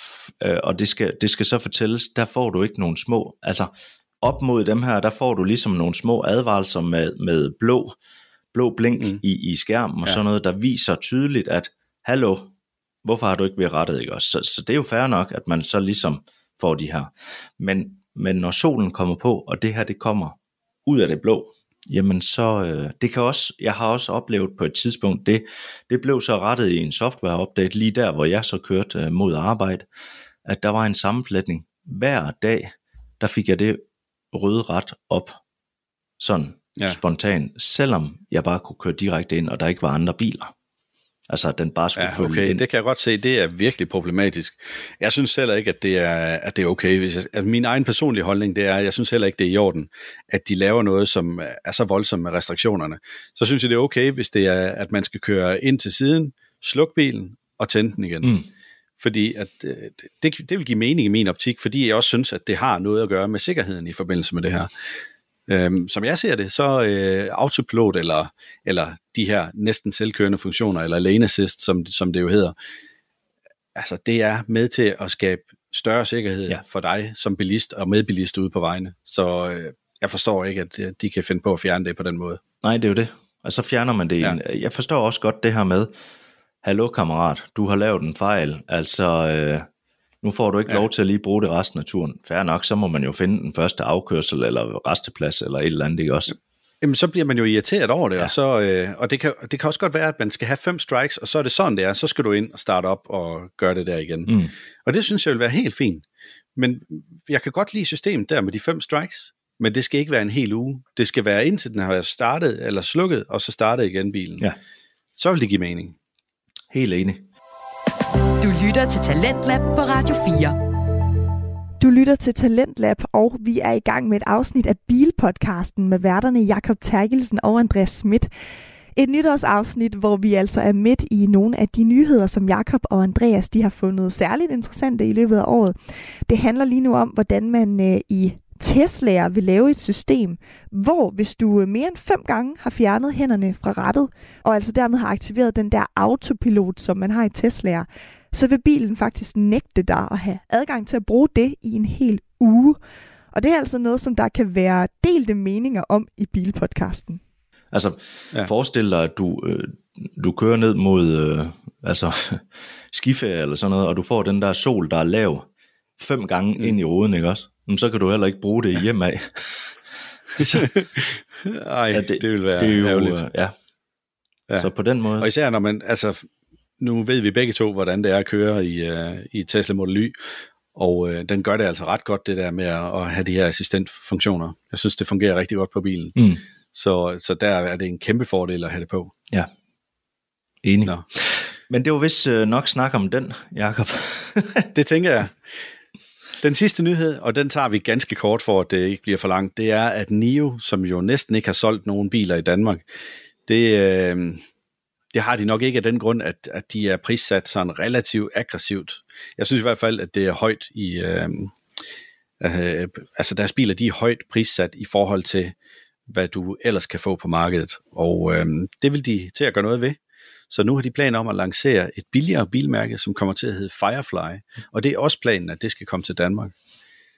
Og det skal, det skal så fortælles, der får du ikke nogen små, altså op mod dem her, der får du ligesom nogle små advarelser med, med blå, blå blink mm. i, i skærmen, og ja. Sådan noget, der viser tydeligt, at hallo, hvorfor har du ikke ved rettet, ikke også? Så, så det er jo fair nok, at man så ligesom får de her. Men, men når solen kommer på, og det her, det kommer ud af det blå, jamen så, øh, det kan også, jeg har også oplevet på et tidspunkt, det, det blev så rettet i en software-update, lige der, hvor jeg så kørte øh, mod arbejde, at der var en sammenflætning. Hver dag, der fik jeg det røde ret op, sådan ja. Spontant, selvom jeg bare kunne køre direkte ind, og der ikke var andre biler. Altså, at den bare skulle ja, okay, ind. Det kan jeg godt se, det er virkelig problematisk. Jeg synes heller ikke, at det er, at det er okay. Hvis jeg, at min egen personlige holdning, det er, jeg synes heller ikke, det er i orden, at de laver noget, som er så voldsomt med restriktionerne. Så synes jeg, det er okay, hvis det er, at man skal køre ind til siden, slukke bilen og tænde den igen. Mm. Fordi at, det, det vil give mening i min optik, fordi jeg også synes, at det har noget at gøre med sikkerheden i forbindelse med det her. Øhm, som jeg ser det, så øh, autopilot eller, eller de her næsten selvkørende funktioner, eller lane assist, som, som det jo hedder, altså det er med til at skabe større sikkerhed ja. For dig som bilist og medbilist ude på vejene. Så øh, jeg forstår ikke, at de kan finde på at fjerne det på den måde. Nej, det er jo det. Og så fjerner man det. Ja. En. Jeg forstår også godt det her med, hallo kammerat, du har lavet en fejl, altså... Øh nu får du ikke ja. Lov til at lige bruge det resten af turen. Fair nok, så må man jo finde den første afkørsel, eller resteplads, eller et eller andet, ikke også? Jamen, så bliver man jo irriteret over det, ja. og, så, øh, og det, kan, det kan også godt være, at man skal have fem strikes, og så er det sådan, det er, så skal du ind og starte op og gøre det der igen. Mm. Og det synes jeg vil være helt fint. Men jeg kan godt lide systemet der med de fem strikes, men det skal ikke være en hel uge. Det skal være indtil den har startet, eller slukket, og så startet igen bilen. Ja. Så vil det give mening. Helt enig. Du lytter til Talentlab på Radio fire. Du lytter til Talentlab, og vi er i gang med et afsnit af Bilpodcasten med værterne Jakob Terkelsen og Andreas Schmidt. Et nytårsafsnit, hvor vi altså er midt i nogle af de nyheder, som Jakob og Andreas de har fundet særligt interessante i løbet af året. Det handler lige nu om, hvordan man øh, i Teslaer vil lave et system, hvor hvis du mere end fem gange har fjernet hænderne fra rattet, og altså dermed har aktiveret den der autopilot, som man har i Teslaer, så vil bilen faktisk nægte dig at have adgang til at bruge det i en hel uge. Og det er altså noget, som der kan være delte meninger om i Bilpodcasten. Altså, ja. Forestil dig, at du, øh, du kører ned mod øh, altså, skiferie eller sådan noget, og du får den der sol, der er lav, fem gange mm. ind i ruden, ikke også? Men så kan du heller ikke bruge det hjemme af. Ej, ja, det, det vil være det jo, ærgerligt. Ja. Ja. Så på den måde. Og især når man, altså, nu ved vi begge to, hvordan det er at køre i, uh, i Tesla Model Y, og uh, den gør det altså ret godt, det der med at, at have de her assistentfunktioner. Jeg synes, det fungerer rigtig godt på bilen. Mm. Så, så der er det en kæmpe fordel at have det på. Ja, enig. Nå. Men det var vist uh, nok snak om den, Jakob. Det tænker jeg. Den sidste nyhed, og den tager vi ganske kort for, at det ikke bliver for langt, det er, at NIO, som jo næsten ikke har solgt nogen biler i Danmark, det, øh, det har de nok ikke af den grund, at, at de er prissat sådan relativt aggressivt. Jeg synes i hvert fald, at det er højt i... Øh, øh, altså deres biler, de er højt prissat i forhold til, hvad du ellers kan få på markedet. Og øh, det vil de til at gøre noget ved. Så nu har de planer om at lancere et billigere bilmærke, som kommer til at hedde Firefly. Og det er også planen, at det skal komme til Danmark.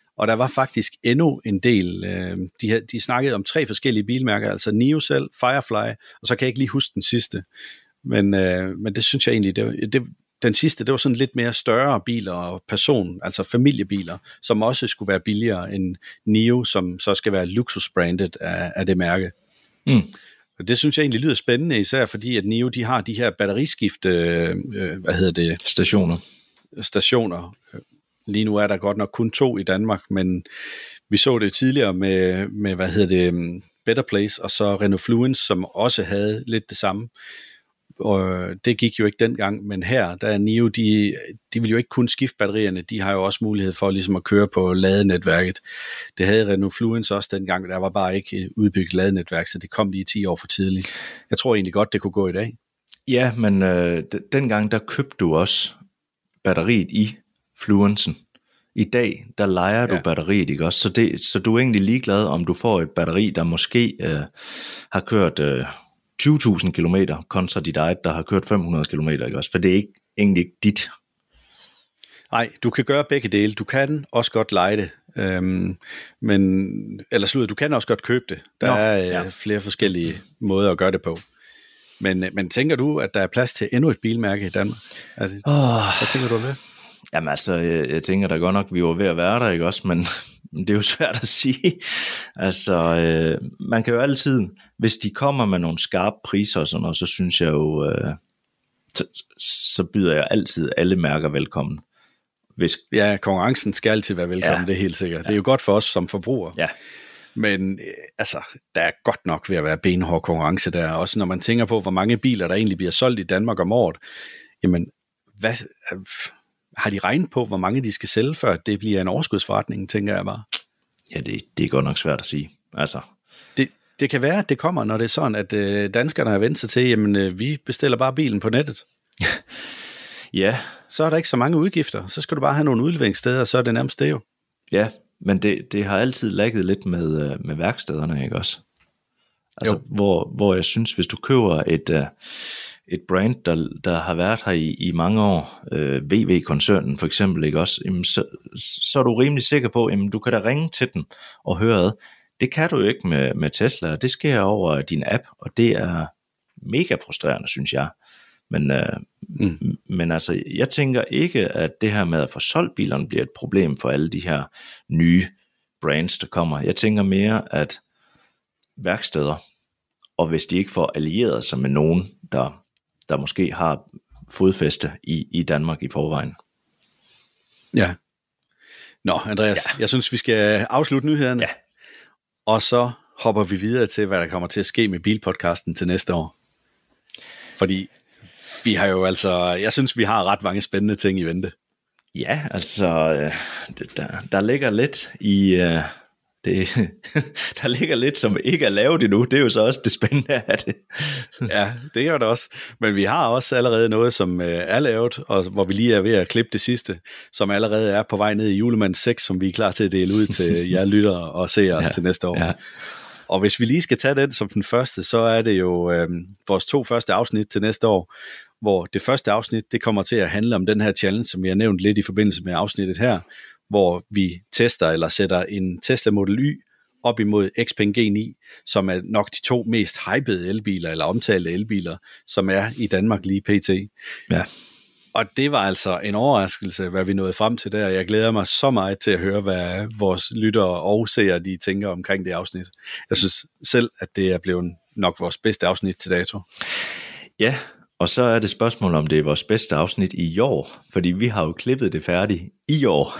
Og der var faktisk endnu en del, øh, de, havde, de snakkede om tre forskellige bilmærker, altså NIO selv, Firefly, og så kan jeg ikke lige huske den sidste. Men, øh, men det synes jeg egentlig, det, det, den sidste, det var sådan lidt mere større biler og person, altså familiebiler, som også skulle være billigere end NIO, som så skal være luksusbrandet af, af det mærke. Mm. Og det synes jeg egentlig lyder spændende, især fordi at NIO, de har de her batteriskifte, øh, hvad hedder det? Stationer. Stationer. Lige nu er der godt nok kun to i Danmark, men vi så det tidligere med, med hvad hedder det, Better Place, og så Renault Fluence, som også havde lidt det samme. Og det gik jo ikke dengang, men her, der er NIO, de, de vil jo ikke kun skifte batterierne, de har jo også mulighed for ligesom at køre på ladenetværket. Det havde Renault Fluence også dengang, der var bare ikke udbygget ladenetværk, så det kom lige ti år for tidligt. Jeg tror egentlig godt, det kunne gå i dag. Ja, men øh, dengang, der købte du også batteriet i Fluencen. I dag, der lejer du ja. batteriet, ikke også? Så, det, så du er egentlig ligeglad, om du får et batteri, der måske øh, har kørt øh, tyve tusind kilometer, kontra dit eget, der har kørt fem hundrede kilometer, ikke også? For det er ikke, egentlig ikke dit. Nej, du kan gøre begge dele. Du kan også godt leje det. Øhm, men, eller slut, du kan også godt købe det. Der Nå, er øh, ja. flere forskellige måder at gøre det på. Men, men tænker du, at der er plads til endnu et bilmærke i Danmark? Altså, oh. Hvad tænker du om det? Jamen altså, jeg, jeg tænker da godt nok, vi var ved at være der, ikke også? Men det er jo svært at sige. Altså, øh, man kan jo altid, hvis de kommer med nogle skarpe priser og sådan noget, så synes jeg jo, øh, så, så byder jeg altid alle mærker velkommen. Hvis... Ja, konkurrencen skal altid være velkommen, ja. Det er helt sikkert. Ja. Det er jo godt for os som forbrugere. Ja. Men øh, altså, der er godt nok ved at være benhård konkurrence der. Også når man tænker på, hvor mange biler, der egentlig bliver solgt i Danmark om året. Jamen, hvad... Øh, har de regnet på, hvor mange de skal sælge, før det bliver en overskudsforretning, tænker jeg bare. Ja, det, det er godt nok svært at sige. Altså. Det, det kan være, at det kommer, når det er sådan, at øh, danskerne har vendt sig til, jamen øh, vi bestiller bare bilen på nettet. Ja. Så er der ikke så mange udgifter. Så skal du bare have nogle udleveringssteder, og så er det nærmest det jo. Ja, men det, det har altid lagget lidt med, med værkstederne, ikke også? Altså, hvor, hvor jeg synes, hvis du køber et... Uh, et brand, der, der har været her i, i mange år, øh, V V-koncernen for eksempel, ikke også, jamen, så, så er du rimelig sikker på, at du kan da ringe til dem og høre ad. Det kan du jo ikke med, med Tesla, det sker over din app, og det er mega frustrerende, synes jeg. Men, øh, mm. men altså, jeg tænker ikke, at det her med at få solgt bilerne bliver et problem for alle de her nye brands, der kommer. Jeg tænker mere, at værksteder, og hvis de ikke får allieret sig med nogen, der der måske har fodfæste i, i Danmark i forvejen. Ja. Nå, Andreas, ja. Jeg synes, vi skal afslutte nyhederne, ja. Og så hopper vi videre til, hvad der kommer til at ske med bilpodcasten til næste år. Fordi vi har jo altså, jeg synes, vi har ret mange spændende ting i vente. Ja, altså, der, der ligger lidt i... Uh... Det, der ligger lidt, som ikke er lavet endnu. Det er jo så også det spændende af det. Ja, det gør det også. Men vi har også allerede noget, som er lavet, og hvor vi lige er ved at klippe det sidste, som allerede er på vej ned i Julemandens seks, som vi er klar til at dele ud til jer lyttere og seere ja, til næste år. Ja. Og hvis vi lige skal tage den som den første, så er det jo øh, vores to første afsnit til næste år, hvor det første afsnit, det kommer til at handle om den her challenge, som vi har nævnt lidt i forbindelse med afsnittet her, hvor vi tester eller sætter en Tesla Model Y op imod Xpeng G ni, som er nok de to mest hypede elbiler, eller omtalte elbiler, som er i Danmark lige pt. Ja. Og det var altså en overraskelse, hvad vi nåede frem til der. Jeg glæder mig så meget til at høre, hvad vores lyttere og seere, de tænker omkring det afsnit. Jeg synes selv, at det er blevet nok vores bedste afsnit til dato. Ja, og så er det spørgsmål, om det er vores bedste afsnit i år, fordi vi har jo klippet det færdigt i år.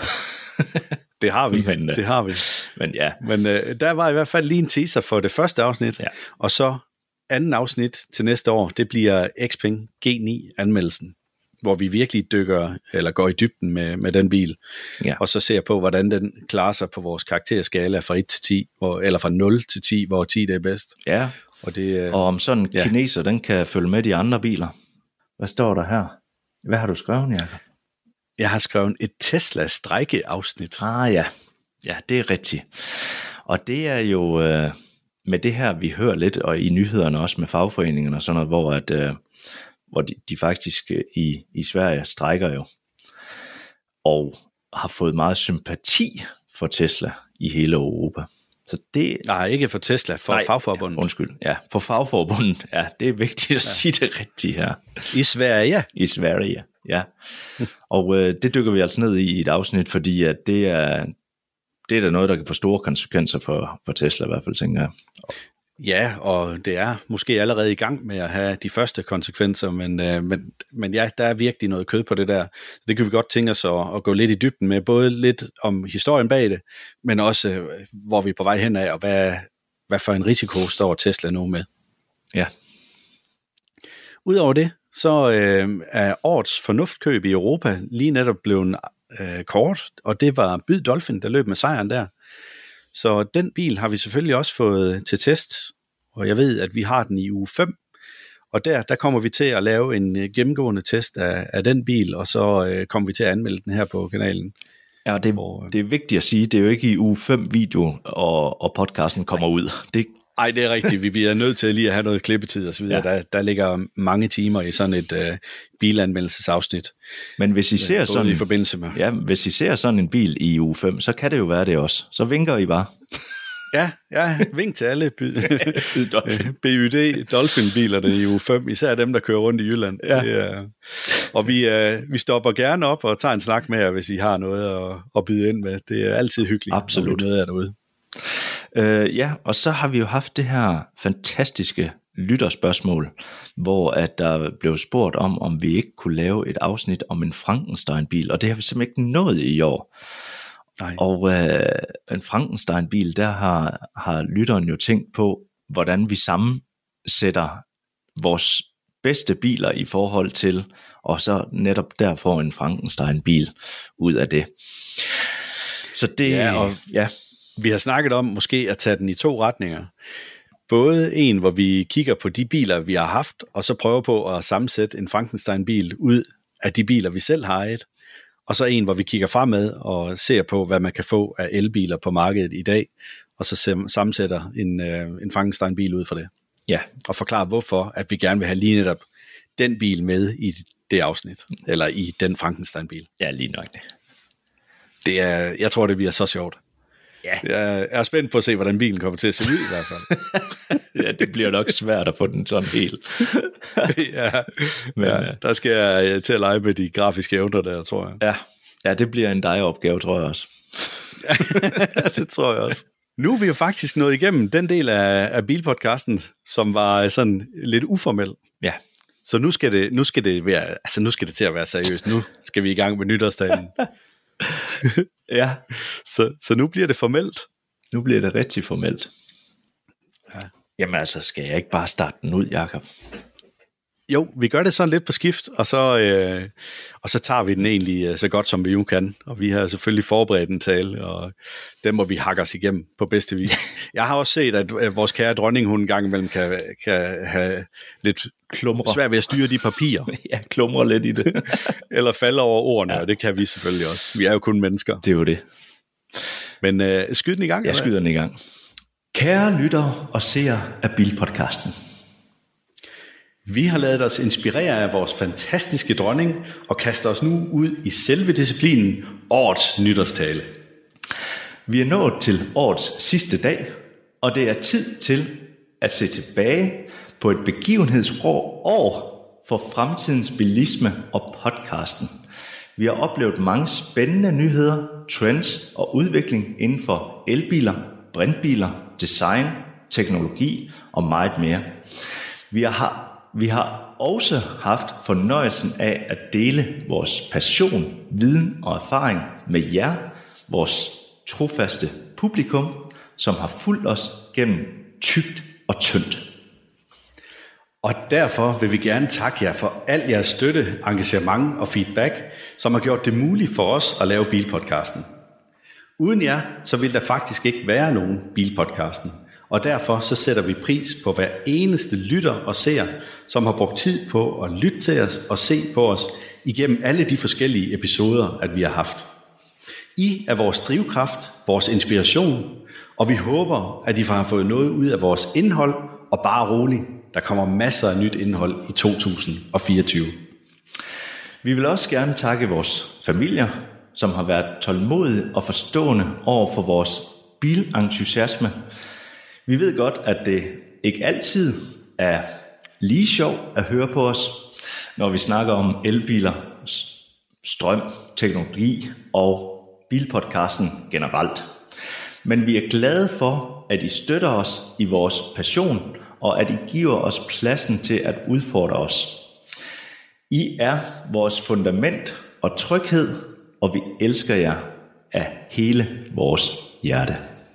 Det har vi, men, det har vi. Men ja. Men øh, der var i hvert fald lige en teaser for det første afsnit, ja. Og så anden afsnit til næste år, det bliver Xpeng G ni anmeldelsen, hvor vi virkelig dykker, eller går i dybden med, med den bil, ja. Og så ser på, hvordan den klarer sig på vores karakterskala fra et til ti, hvor, eller fra nul til ti, hvor ti det er bedst. Ja, og, det, øh, og om sådan en ja. kineser, den kan følge med de andre biler. Hvad står der her? Hvad har du skrevet, Jacob? Jeg har skrevet et Tesla-strejke-afsnit. Ah ja, ja, det er rigtigt. Og det er jo øh, med det her, vi hører lidt, og i nyhederne også med fagforeningerne og sådan noget, hvor, at, øh, hvor de, de faktisk øh, i, i Sverige strejker jo, og har fået meget sympati for Tesla i hele Europa. Så det, nej, ikke for Tesla, for nej, fagforbundet. Ja, undskyld, ja, for fagforbundet. Ja, det er vigtigt at ja. sige det rigtigt her. I Sverige. I Sverige, ja. Og øh, det dykker vi altså ned i i et afsnit, fordi at det er det er da noget, der kan få store konsekvenser for, for Tesla i hvert fald, tænker jeg. Ja, og det er måske allerede i gang med at have de første konsekvenser, men, øh, men, men ja, der er virkelig noget kød på det der. Det kan vi godt tænke os at, at gå lidt i dybden med, både lidt om historien bag det, men også øh, hvor vi er på vej hen af, og hvad, hvad for en risiko står Tesla nu med. Ja. Udover det, så øh, er årets fornuftkøb i Europa lige netop blevet øh, kort, og det var Byd Dolphin, der løb med sejren der. Så den bil har vi selvfølgelig også fået til test, og jeg ved, at vi har den i uge fem, og der, der kommer vi til at lave en gennemgående test af, af den bil, og så øh, kommer vi til at anmelde den her på kanalen. Ja, det, hvor, det er vigtigt at sige, det er jo ikke i uge fem video, og, og podcasten kommer nej. ud. Det Nej, det er rigtigt. Vi bliver nødt til lige at have noget klippetid og så videre. Ja. Der, der ligger mange timer i sådan et øh, bilanmeldelsesafsnit. Men hvis I ser ja, sådan i forbindelse med. Ja, hvis I ser sådan en bil i uge fem, så kan det jo være det også. Så vinker I bare. Ja, ja, vink til alle by, B Y D Dolphin-bilerne i uge fem, især dem, der kører rundt i Jylland. Ja. Det er, og vi, øh, vi stopper gerne op og tager en snak med jer, hvis I har noget at, at byde ind med. Det er altid hyggeligt, absolut, når vi møder jer derude. Øh, ja, og så har vi jo haft det her fantastiske lytterspørgsmål, hvor at der blev spurgt om, om vi ikke kunne lave et afsnit om en Frankenstein-bil, og det har vi simpelthen ikke nået i år. Nej. Og øh, en Frankenstein-bil, der har, har lytteren jo tænkt på, hvordan vi sammensætter vores bedste biler i forhold til, og så netop der får en Frankenstein-bil ud af det. Så det, ja, og ja. Vi har snakket om måske at tage den i to retninger. Både en, hvor vi kigger på de biler, vi har haft, og så prøver på at sammensætte en Frankenstein-bil ud af de biler, vi selv har ejet. Og så en, hvor vi kigger fremad og ser på, hvad man kan få af elbiler på markedet i dag, og så sammensætter en, en Frankenstein-bil ud fra det. Ja. Og forklare, hvorfor at vi gerne vil have lige netop den bil med i det afsnit, eller i den Frankenstein-bil. Ja, lige nok det. Det er, jeg tror, det bliver så sjovt. Ja. Jeg er spændt på at se, hvordan bilen kommer til at se ud i hvert fald. Ja, det bliver nok svært at få den sådan helt. ja, men, ja, der skal jeg til at lege med de grafiske evner der, tror jeg. Ja, ja, det bliver en dig-opgave, tror jeg også. Det tror jeg også. Nu er vi jo faktisk nået igennem den del af, af bilpodcasten, som var sådan lidt uformel. Ja. Så nu skal det, nu skal det være, altså nu skal det til at være seriøst. Nu skal vi i gang med nytårstalen. Ja, så, så nu bliver det formelt. Nu bliver det rigtig formelt. Ja. Jamen altså, skal jeg ikke bare starte den ud, Jakob? Jo, vi gør det sådan lidt på skift, og så, øh, og så tager vi den egentlig øh, så godt som vi jo kan. Og vi har selvfølgelig forberedt en tale, og den må vi hakke os igennem på bedste vis. Jeg har også set, at øh, vores kære dronning, hun en gang imellem kan, kan have lidt klumre. Svært ved at styre de papirer. Ja, klumre lidt i det. Eller falde over ordene, ja. Og det kan vi selvfølgelig også. Vi er jo kun mennesker. Det er jo det. Men øh, skyd den i gang. Jeg skyder den i gang. Kære lyttere og seere af Bilpodcasten. Vi har ladet os inspirere af vores fantastiske dronning og kaster os nu ud i selve disciplinen årets nytårstale. Vi er nået til årets sidste dag, og det er tid til at se tilbage på et begivenhedsår år for fremtidens bilisme og podcasten. Vi har oplevet mange spændende nyheder, trends og udvikling inden for elbiler, brintbiler, design, teknologi og meget mere. Vi har Vi har også haft fornøjelsen af at dele vores passion, viden og erfaring med jer, vores trofaste publikum, som har fulgt os gennem tykt og tyndt. Og derfor vil vi gerne takke jer for al jeres støtte, engagement og feedback, som har gjort det muligt for os at lave Bilpodcasten. Uden jer, så vil der faktisk ikke være nogen Bilpodcasten. Og derfor så sætter vi pris på hver eneste lytter og seer, som har brugt tid på at lytte til os og se på os igennem alle de forskellige episoder, at vi har haft. I er vores drivkraft, vores inspiration, og vi håber, at I har fået noget ud af vores indhold, og bare rolig, der kommer masser af nyt indhold i to tusind fireogtyve. Vi vil også gerne takke vores familier, som har været tålmodige og forstående over for vores bilentusiasme. Vi ved godt, at det ikke altid er lige sjovt at høre på os, når vi snakker om elbiler, strøm, teknologi og bilpodcasten generelt. Men vi er glade for, at I støtter os i vores passion, og at I giver os pladsen til at udfordre os. I er vores fundament og tryghed, og vi elsker jer af hele vores hjerte.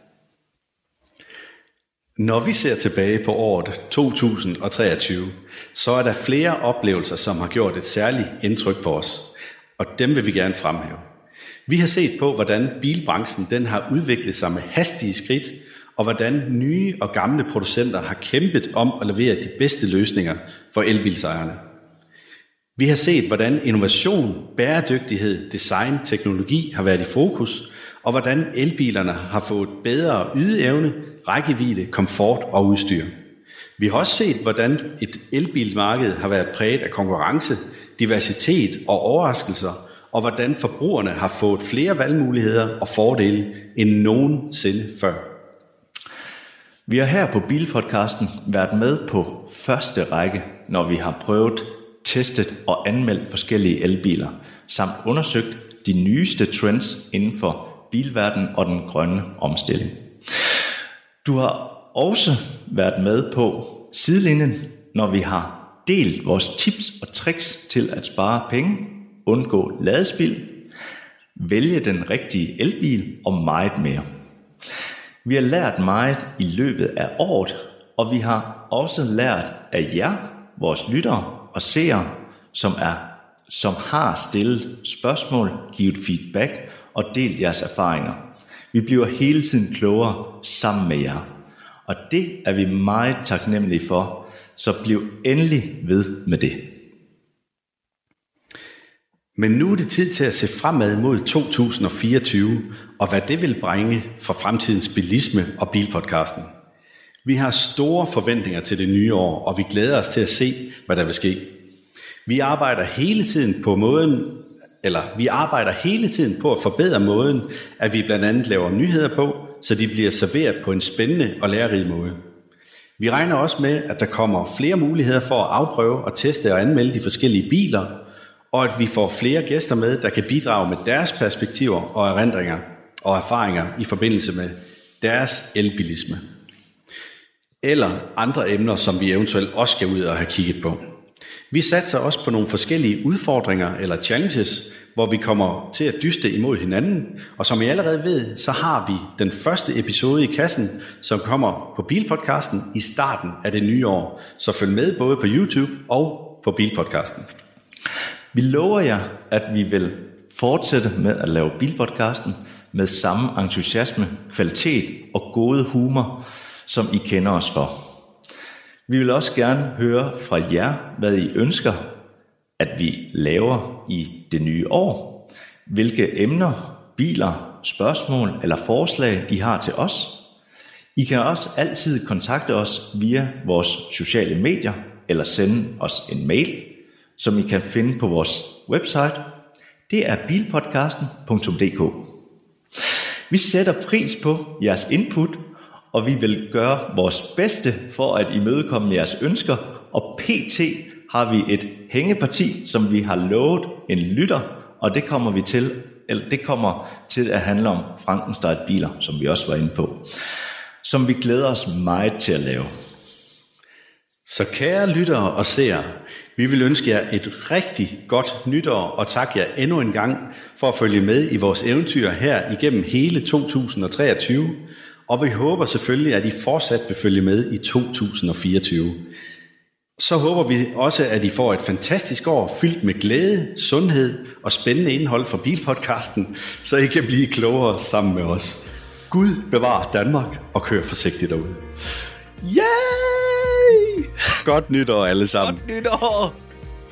Når vi ser tilbage på året to tusind og treogtyve, så er der flere oplevelser, som har gjort et særligt indtryk på os, og dem vil vi gerne fremhæve. Vi har set på, hvordan bilbranchen den har udviklet sig med hastige skridt, og hvordan nye og gamle producenter har kæmpet om at levere de bedste løsninger for elbilsejerne. Vi har set, hvordan innovation, bæredygtighed, design, teknologi har været i fokus, og hvordan elbilerne har fået bedre ydeevne, rækkevidde, komfort og udstyr. Vi har også set, hvordan et elbilmarked har været præget af konkurrence, diversitet og overraskelser, og hvordan forbrugerne har fået flere valgmuligheder og fordele end nogensinde før. Vi har her på Bilpodcasten været med på første række, når vi har prøvet, testet og anmeldt forskellige elbiler, samt undersøgt de nyeste trends inden for bilverdenen og den grønne omstilling. Du har også været med på sidelinjen, når vi har delt vores tips og tricks til at spare penge, undgå ladespild, vælge den rigtige elbil og meget mere. Vi har lært meget i løbet af året, og vi har også lært af jer, vores lyttere og seere, som, er, som har stillet spørgsmål, givet feedback og delt jeres erfaringer. Vi bliver hele tiden klogere sammen med jer, og det er vi meget taknemmelige for, så bliv endelig ved med det. Men nu er det tid til at se fremad mod to tusind og fireogtyve, og hvad det vil bringe for fremtidens bilisme og bilpodcasten. Vi har store forventninger til det nye år, og vi glæder os til at se, hvad der vil ske. Vi arbejder hele tiden på måden, eller vi arbejder hele tiden på at forbedre måden, at vi blandt andet laver nyheder på, så de bliver serveret på en spændende og lærerig måde. Vi regner også med, at der kommer flere muligheder for at afprøve og teste og anmelde de forskellige biler, og at vi får flere gæster med, der kan bidrage med deres perspektiver og erindringer og erfaringer i forbindelse med deres elbilisme. Eller andre emner, som vi eventuelt også skal ud og have kigget på. Vi satser også på nogle forskellige udfordringer eller challenges, hvor vi kommer til at dyste imod hinanden, og som I allerede ved, så har vi den første episode i kassen, som kommer på Bilpodcasten i starten af det nye år. Så følg med både på YouTube og på Bilpodcasten. Vi lover jer, at vi vil fortsætte med at lave Bilpodcasten med samme entusiasme, kvalitet og gode humor, som I kender os for. Vi vil også gerne høre fra jer, hvad I ønsker, at vi laver i det nye år. Hvilke emner, biler, spørgsmål eller forslag I har til os. I kan også altid kontakte os via vores sociale medier eller sende os en mail, som I kan finde på vores website. Det er bilpodcasten punktum d k. Vi sætter pris på jeres input, og vi vil gøre vores bedste for at imødekomme jeres ønsker, og pt. har vi et hængeparti, som vi har lovet en lytter, og det kommer vi til, eller det kommer til at handle om Frankenstein-biler, som vi også var inde på, som vi glæder os meget til at lave. Så kære lyttere og seere, vi vil ønske jer et rigtig godt nytår, og tak jer endnu en gang for at følge med i vores eventyr her igennem hele to tusind og treogtyve, og vi håber selvfølgelig, at I fortsat vil følge med i to tusind og fireogtyve. Så håber vi også, at I får et fantastisk år fyldt med glæde, sundhed og spændende indhold fra Bilpodcasten, så I kan blive klogere sammen med os. Gud bevar Danmark og kør forsigtigt derude. Yay! Godt nytår alle sammen. Godt nytår!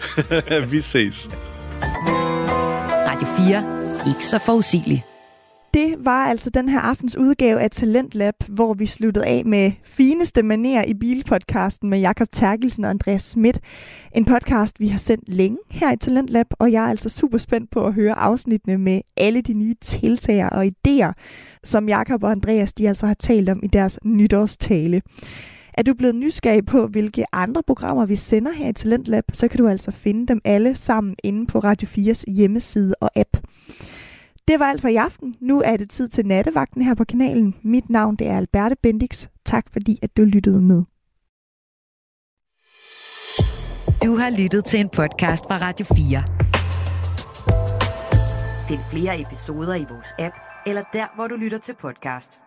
Vi ses. Radio fire. Ikke så forudsigeligt. Det var altså den her aftens udgave af Talentlab, hvor vi sluttede af med fineste manér i bilpodcasten med Jakob Terkelsen og Andreas Schmidt. En podcast, vi har sendt længe her i Talentlab, og jeg er altså super spændt på at høre afsnittene med alle de nye tiltager og idéer, som Jakob og Andreas de altså har talt om i deres nytårstale. Er du blevet nysgerrig på, hvilke andre programmer vi sender her i Talentlab, så kan du altså finde dem alle sammen inde på Radio fires hjemmeside og app. Det var alt for i aften. Nu er det tid til nattevagten her på kanalen. Mit navn det er Alberte Bendix. Tak fordi at du lyttede med. Du har lyttet til en podcast fra Radio fire. Find flere episoder i vores app, eller der, hvor du lytter til podcast.